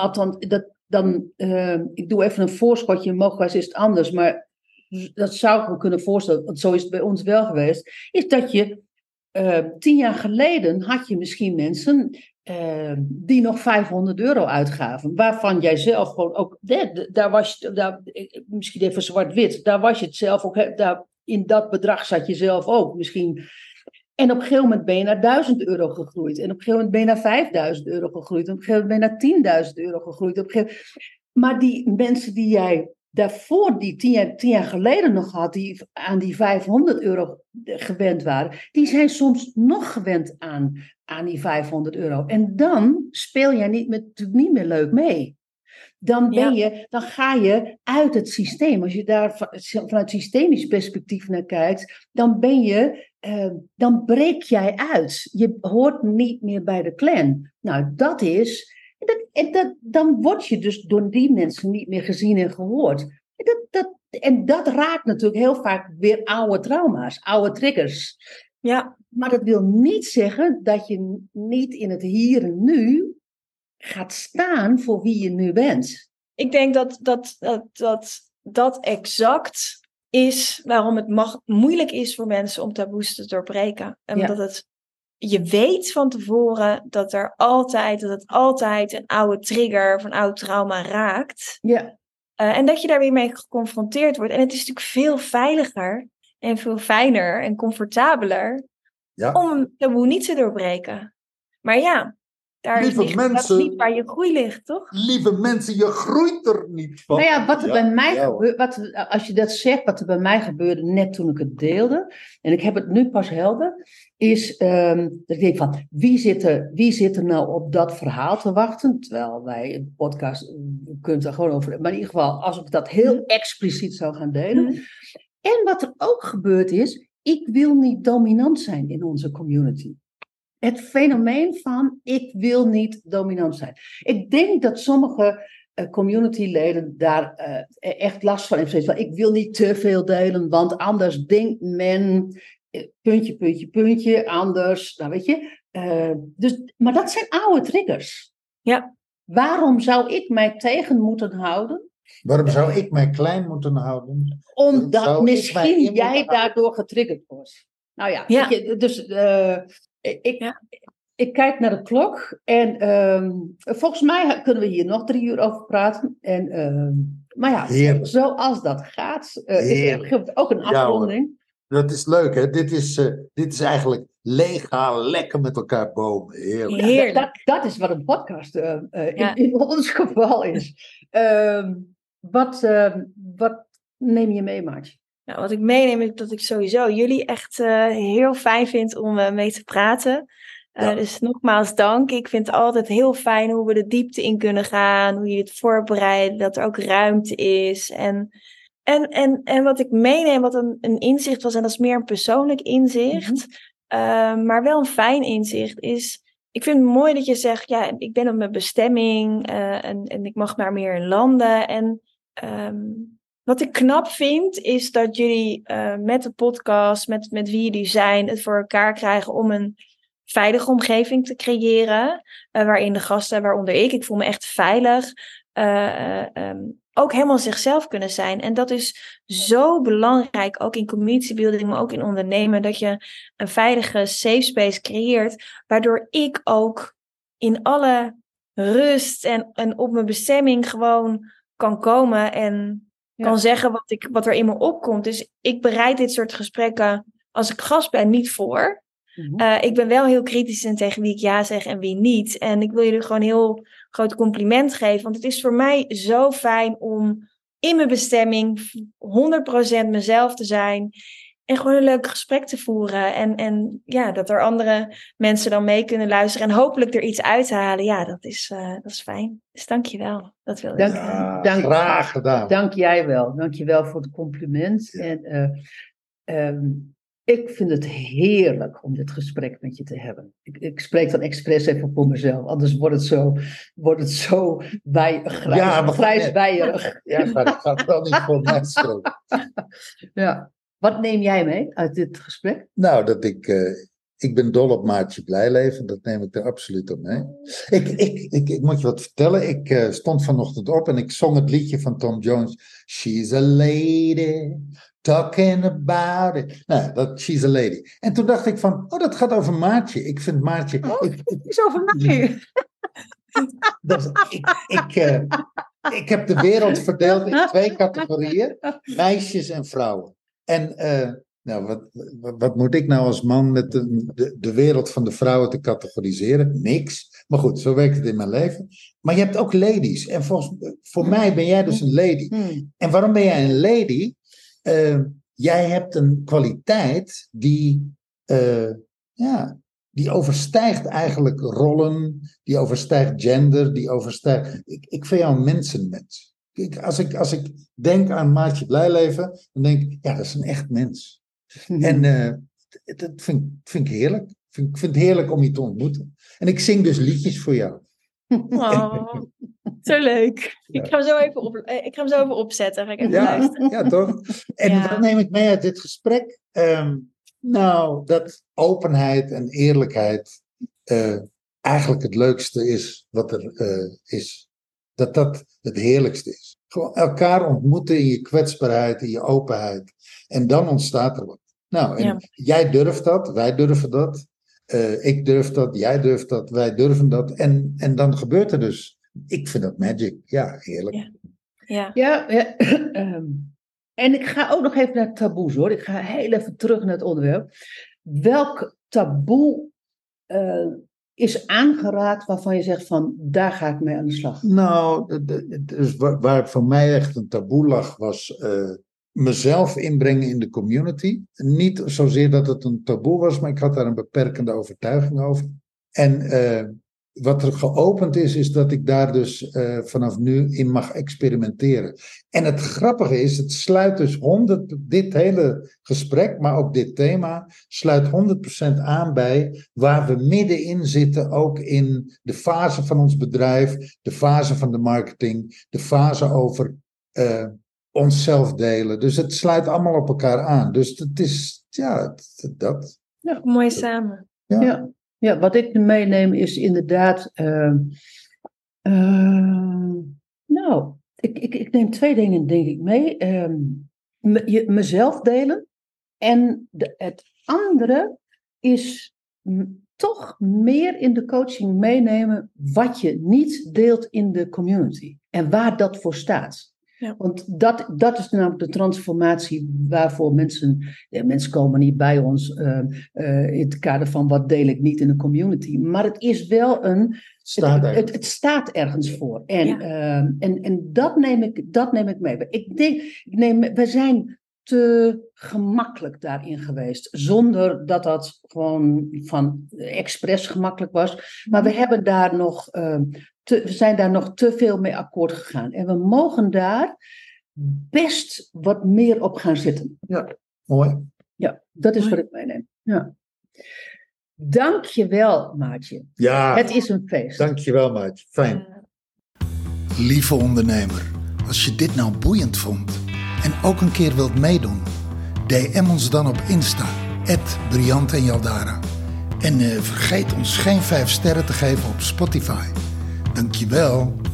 ik doe even een voorschotje, mogelijk is het anders, maar dat zou ik me kunnen voorstellen, want zo is het bij ons wel geweest, is dat je 10 jaar geleden had je misschien mensen die nog €500 uitgaven, waarvan jij zelf gewoon ook, misschien even zwart-wit, daar was je het zelf ook, in dat bedrag zat je zelf ook misschien. En op een gegeven moment ben je naar €1.000 gegroeid. En op een gegeven moment ben je naar €5.000 gegroeid. En op een gegeven moment ben je naar €10.000 gegroeid. Maar die mensen die jij daarvoor, die 10 jaar geleden nog had, die aan die €500 gewend waren, die zijn soms nog gewend aan die €500. En dan speel jij natuurlijk niet meer leuk mee. Dan ga je uit het systeem. Als je daar vanuit systemisch perspectief naar kijkt, dan breek jij uit. Je hoort niet meer bij de clan. Nou, dan word je dus door die mensen niet meer gezien en gehoord. En dat raakt natuurlijk heel vaak weer oude trauma's, oude triggers. Ja. Maar dat wil niet zeggen dat je niet in het hier en nu gaat staan voor wie je nu bent. Ik denk dat exact is waarom het moeilijk is voor mensen om taboes te doorbreken. Omdat je weet van tevoren dat het altijd een oude trigger of een oud trauma raakt. Ja. En dat je daar weer mee geconfronteerd wordt. En het is natuurlijk veel veiliger en veel fijner en comfortabeler om een taboe niet te doorbreken. Maar ja, dat is niet waar je groei ligt, toch? Lieve mensen, je groeit er niet van. Nou ja, wat er bij mij gebeurde, als je dat zegt, wat er bij mij gebeurde net toen ik het deelde, en ik heb het nu pas helder, is dat ik denk van, wie zit er nou op dat verhaal te wachten? Terwijl wij een podcast, we kunnen het er gewoon over, maar in ieder geval, als ik dat heel expliciet zou gaan delen. En wat er ook gebeurd is, ik wil niet dominant zijn in onze community. Het fenomeen van, ik wil niet dominant zijn. Ik denk dat sommige communityleden daar echt last van hebben. Ik wil niet te veel delen, want anders denkt men, puntje, anders. Nou weet je. Maar dat zijn oude triggers. Ja. Waarom zou ik mij tegen moeten houden? Waarom zou ik mij klein moeten houden? Omdat misschien jij daardoor getriggerd wordt. Nou ja. Weet je, dus ik kijk naar de klok en volgens mij kunnen we hier nog 3 uur over praten. Maar ja, zoals dat gaat, is er ook een afronding. Dat is leuk, hè? Dit is eigenlijk legaal lekker met elkaar bomen. Heerlijk. Ja, dat is wat een podcast in ons geval is. Wat neem je mee, Maartje? Nou, wat ik meeneem is dat ik sowieso jullie echt heel fijn vind om mee te praten. Dus nogmaals dank. Ik vind het altijd heel fijn hoe we de diepte in kunnen gaan. Hoe je het voorbereidt. Dat er ook ruimte is. En wat ik meeneem, wat een inzicht was. En dat is meer een persoonlijk inzicht. Maar wel een fijn inzicht is. Ik vind het mooi dat je zegt. Ja, ik ben op mijn bestemming. En ik mag naar meer landen. En wat ik knap vind, is dat jullie met de podcast, met wie jullie zijn, het voor elkaar krijgen om een veilige omgeving te creëren. Waarin de gasten, waaronder ik voel me echt veilig, ook helemaal zichzelf kunnen zijn. En dat is zo belangrijk, ook in community building, maar ook in ondernemen, dat je een veilige safe space creëert, waardoor ik ook in alle rust en op mijn bestemming gewoon kan komen en kan zeggen wat er in me opkomt. Dus ik bereid dit soort gesprekken, als ik gast ben, niet voor. Ik ben wel heel kritisch in tegen wie ik ja zeg en wie niet. En ik wil jullie gewoon een heel groot compliment geven. Want het is voor mij zo fijn om in mijn bestemming 100% mezelf te zijn. En gewoon een leuk gesprek te voeren. En dat er andere mensen dan mee kunnen luisteren. En hopelijk er iets uit te halen. Ja, dat is fijn. Dus dank je wel. Dat wil ik. Graag gedaan. Dank jij wel. Dank je wel voor het compliment. Ja. En ik vind het heerlijk om dit gesprek met je te hebben. Ik spreek dan expres even voor mezelf. Anders wordt het zo grijs bijerig. Ja, maar dat gaat wel niet voor mij zo. Ja. Wat neem jij mee uit dit gesprek? Nou, dat ik ben dol op Maartje Blijleven. Dat neem ik er absoluut op mee. Ik moet je wat vertellen. Ik stond vanochtend op en ik zong het liedje van Tom Jones. She's a lady, talking about it. Nou, she's a lady. En toen dacht ik van, dat gaat over Maartje. Ik vind Maartje... Het is over mij. Ik heb de wereld verdeeld in 2 categorieën. Meisjes en vrouwen. En Nou, wat moet ik nou als man met de wereld van de vrouwen te categoriseren? Niks. Maar goed, zo werkt het in mijn leven. Maar je hebt ook ladies. En voor mij ben jij dus een lady. En waarom ben jij een lady? Jij hebt een kwaliteit die overstijgt eigenlijk rollen. Die overstijgt gender. Die overstijgt... Ik vind jou een mensenmens. Als ik denk aan Maartje Blijleven, dan denk ik, ja, dat is een echt mens. En dat vind ik heerlijk. Ik vind het heerlijk om je te ontmoeten. En ik zing dus liedjes voor jou. Oh, zo leuk. Ja. Ik ga hem zo even opzetten. Ga ik even luisteren. Ja, toch? En wat neem ik mee uit dit gesprek? Dat openheid en eerlijkheid eigenlijk het leukste is wat er is. Dat het heerlijkste is. Gewoon elkaar ontmoeten in je kwetsbaarheid, in je openheid. En dan ontstaat er wat. Nou, en jij durft dat, wij durven dat. Ik durf dat, jij durft dat, wij durven dat. En dan gebeurt er dus. Ik vind dat magic. Ja, heerlijk. Ja. En ik ga ook nog even naar taboes, hoor. Ik ga heel even terug naar het onderwerp. Welk taboe is aangeraakt waarvan je zegt van, daar ga ik mee aan de slag? Nou, dus waar voor mij echt een taboe lag, was mezelf inbrengen in de community. Niet zozeer dat het een taboe was, maar ik had daar een beperkende overtuiging over. En wat er geopend is dat ik daar dus vanaf nu in mag experimenteren. En het grappige is, het sluit dus dit hele gesprek, maar ook dit thema, sluit 100% aan bij waar we middenin zitten, ook in de fase van ons bedrijf, de fase van de marketing, de fase over onszelf delen. Dus het sluit allemaal op elkaar aan. Dus het is, dat. Ja, mooi samen. Ja, wat ik meeneem is inderdaad... Ik neem 2 dingen denk ik mee. Mezelf delen. En het andere is toch meer in de coaching meenemen wat je niet deelt in de community. En waar dat voor staat. Ja. Want dat is namelijk de transformatie waarvoor mensen komen niet bij ons in het kader van wat deel ik niet in de community. Maar het is wel het staat ergens voor. En dat neem ik mee. We zijn te gemakkelijk daarin geweest. Zonder dat gewoon van expres gemakkelijk was. Maar we hebben daar nog... we zijn daar nog te veel mee akkoord gegaan. En we mogen daar best wat meer op gaan zitten. Ja, mooi. Ja, dat is wat ik meeneem. Ja. Dank je wel, Maartje. Ja. Het is een feest. Dank je wel, Maartje. Fijn. Lieve ondernemer, als je dit nou boeiend vond en ook een keer wilt meedoen, DM ons dan op Insta, @BrianteEnJaldara. En vergeet ons geen 5 sterren te geven op Spotify. Dankjewel.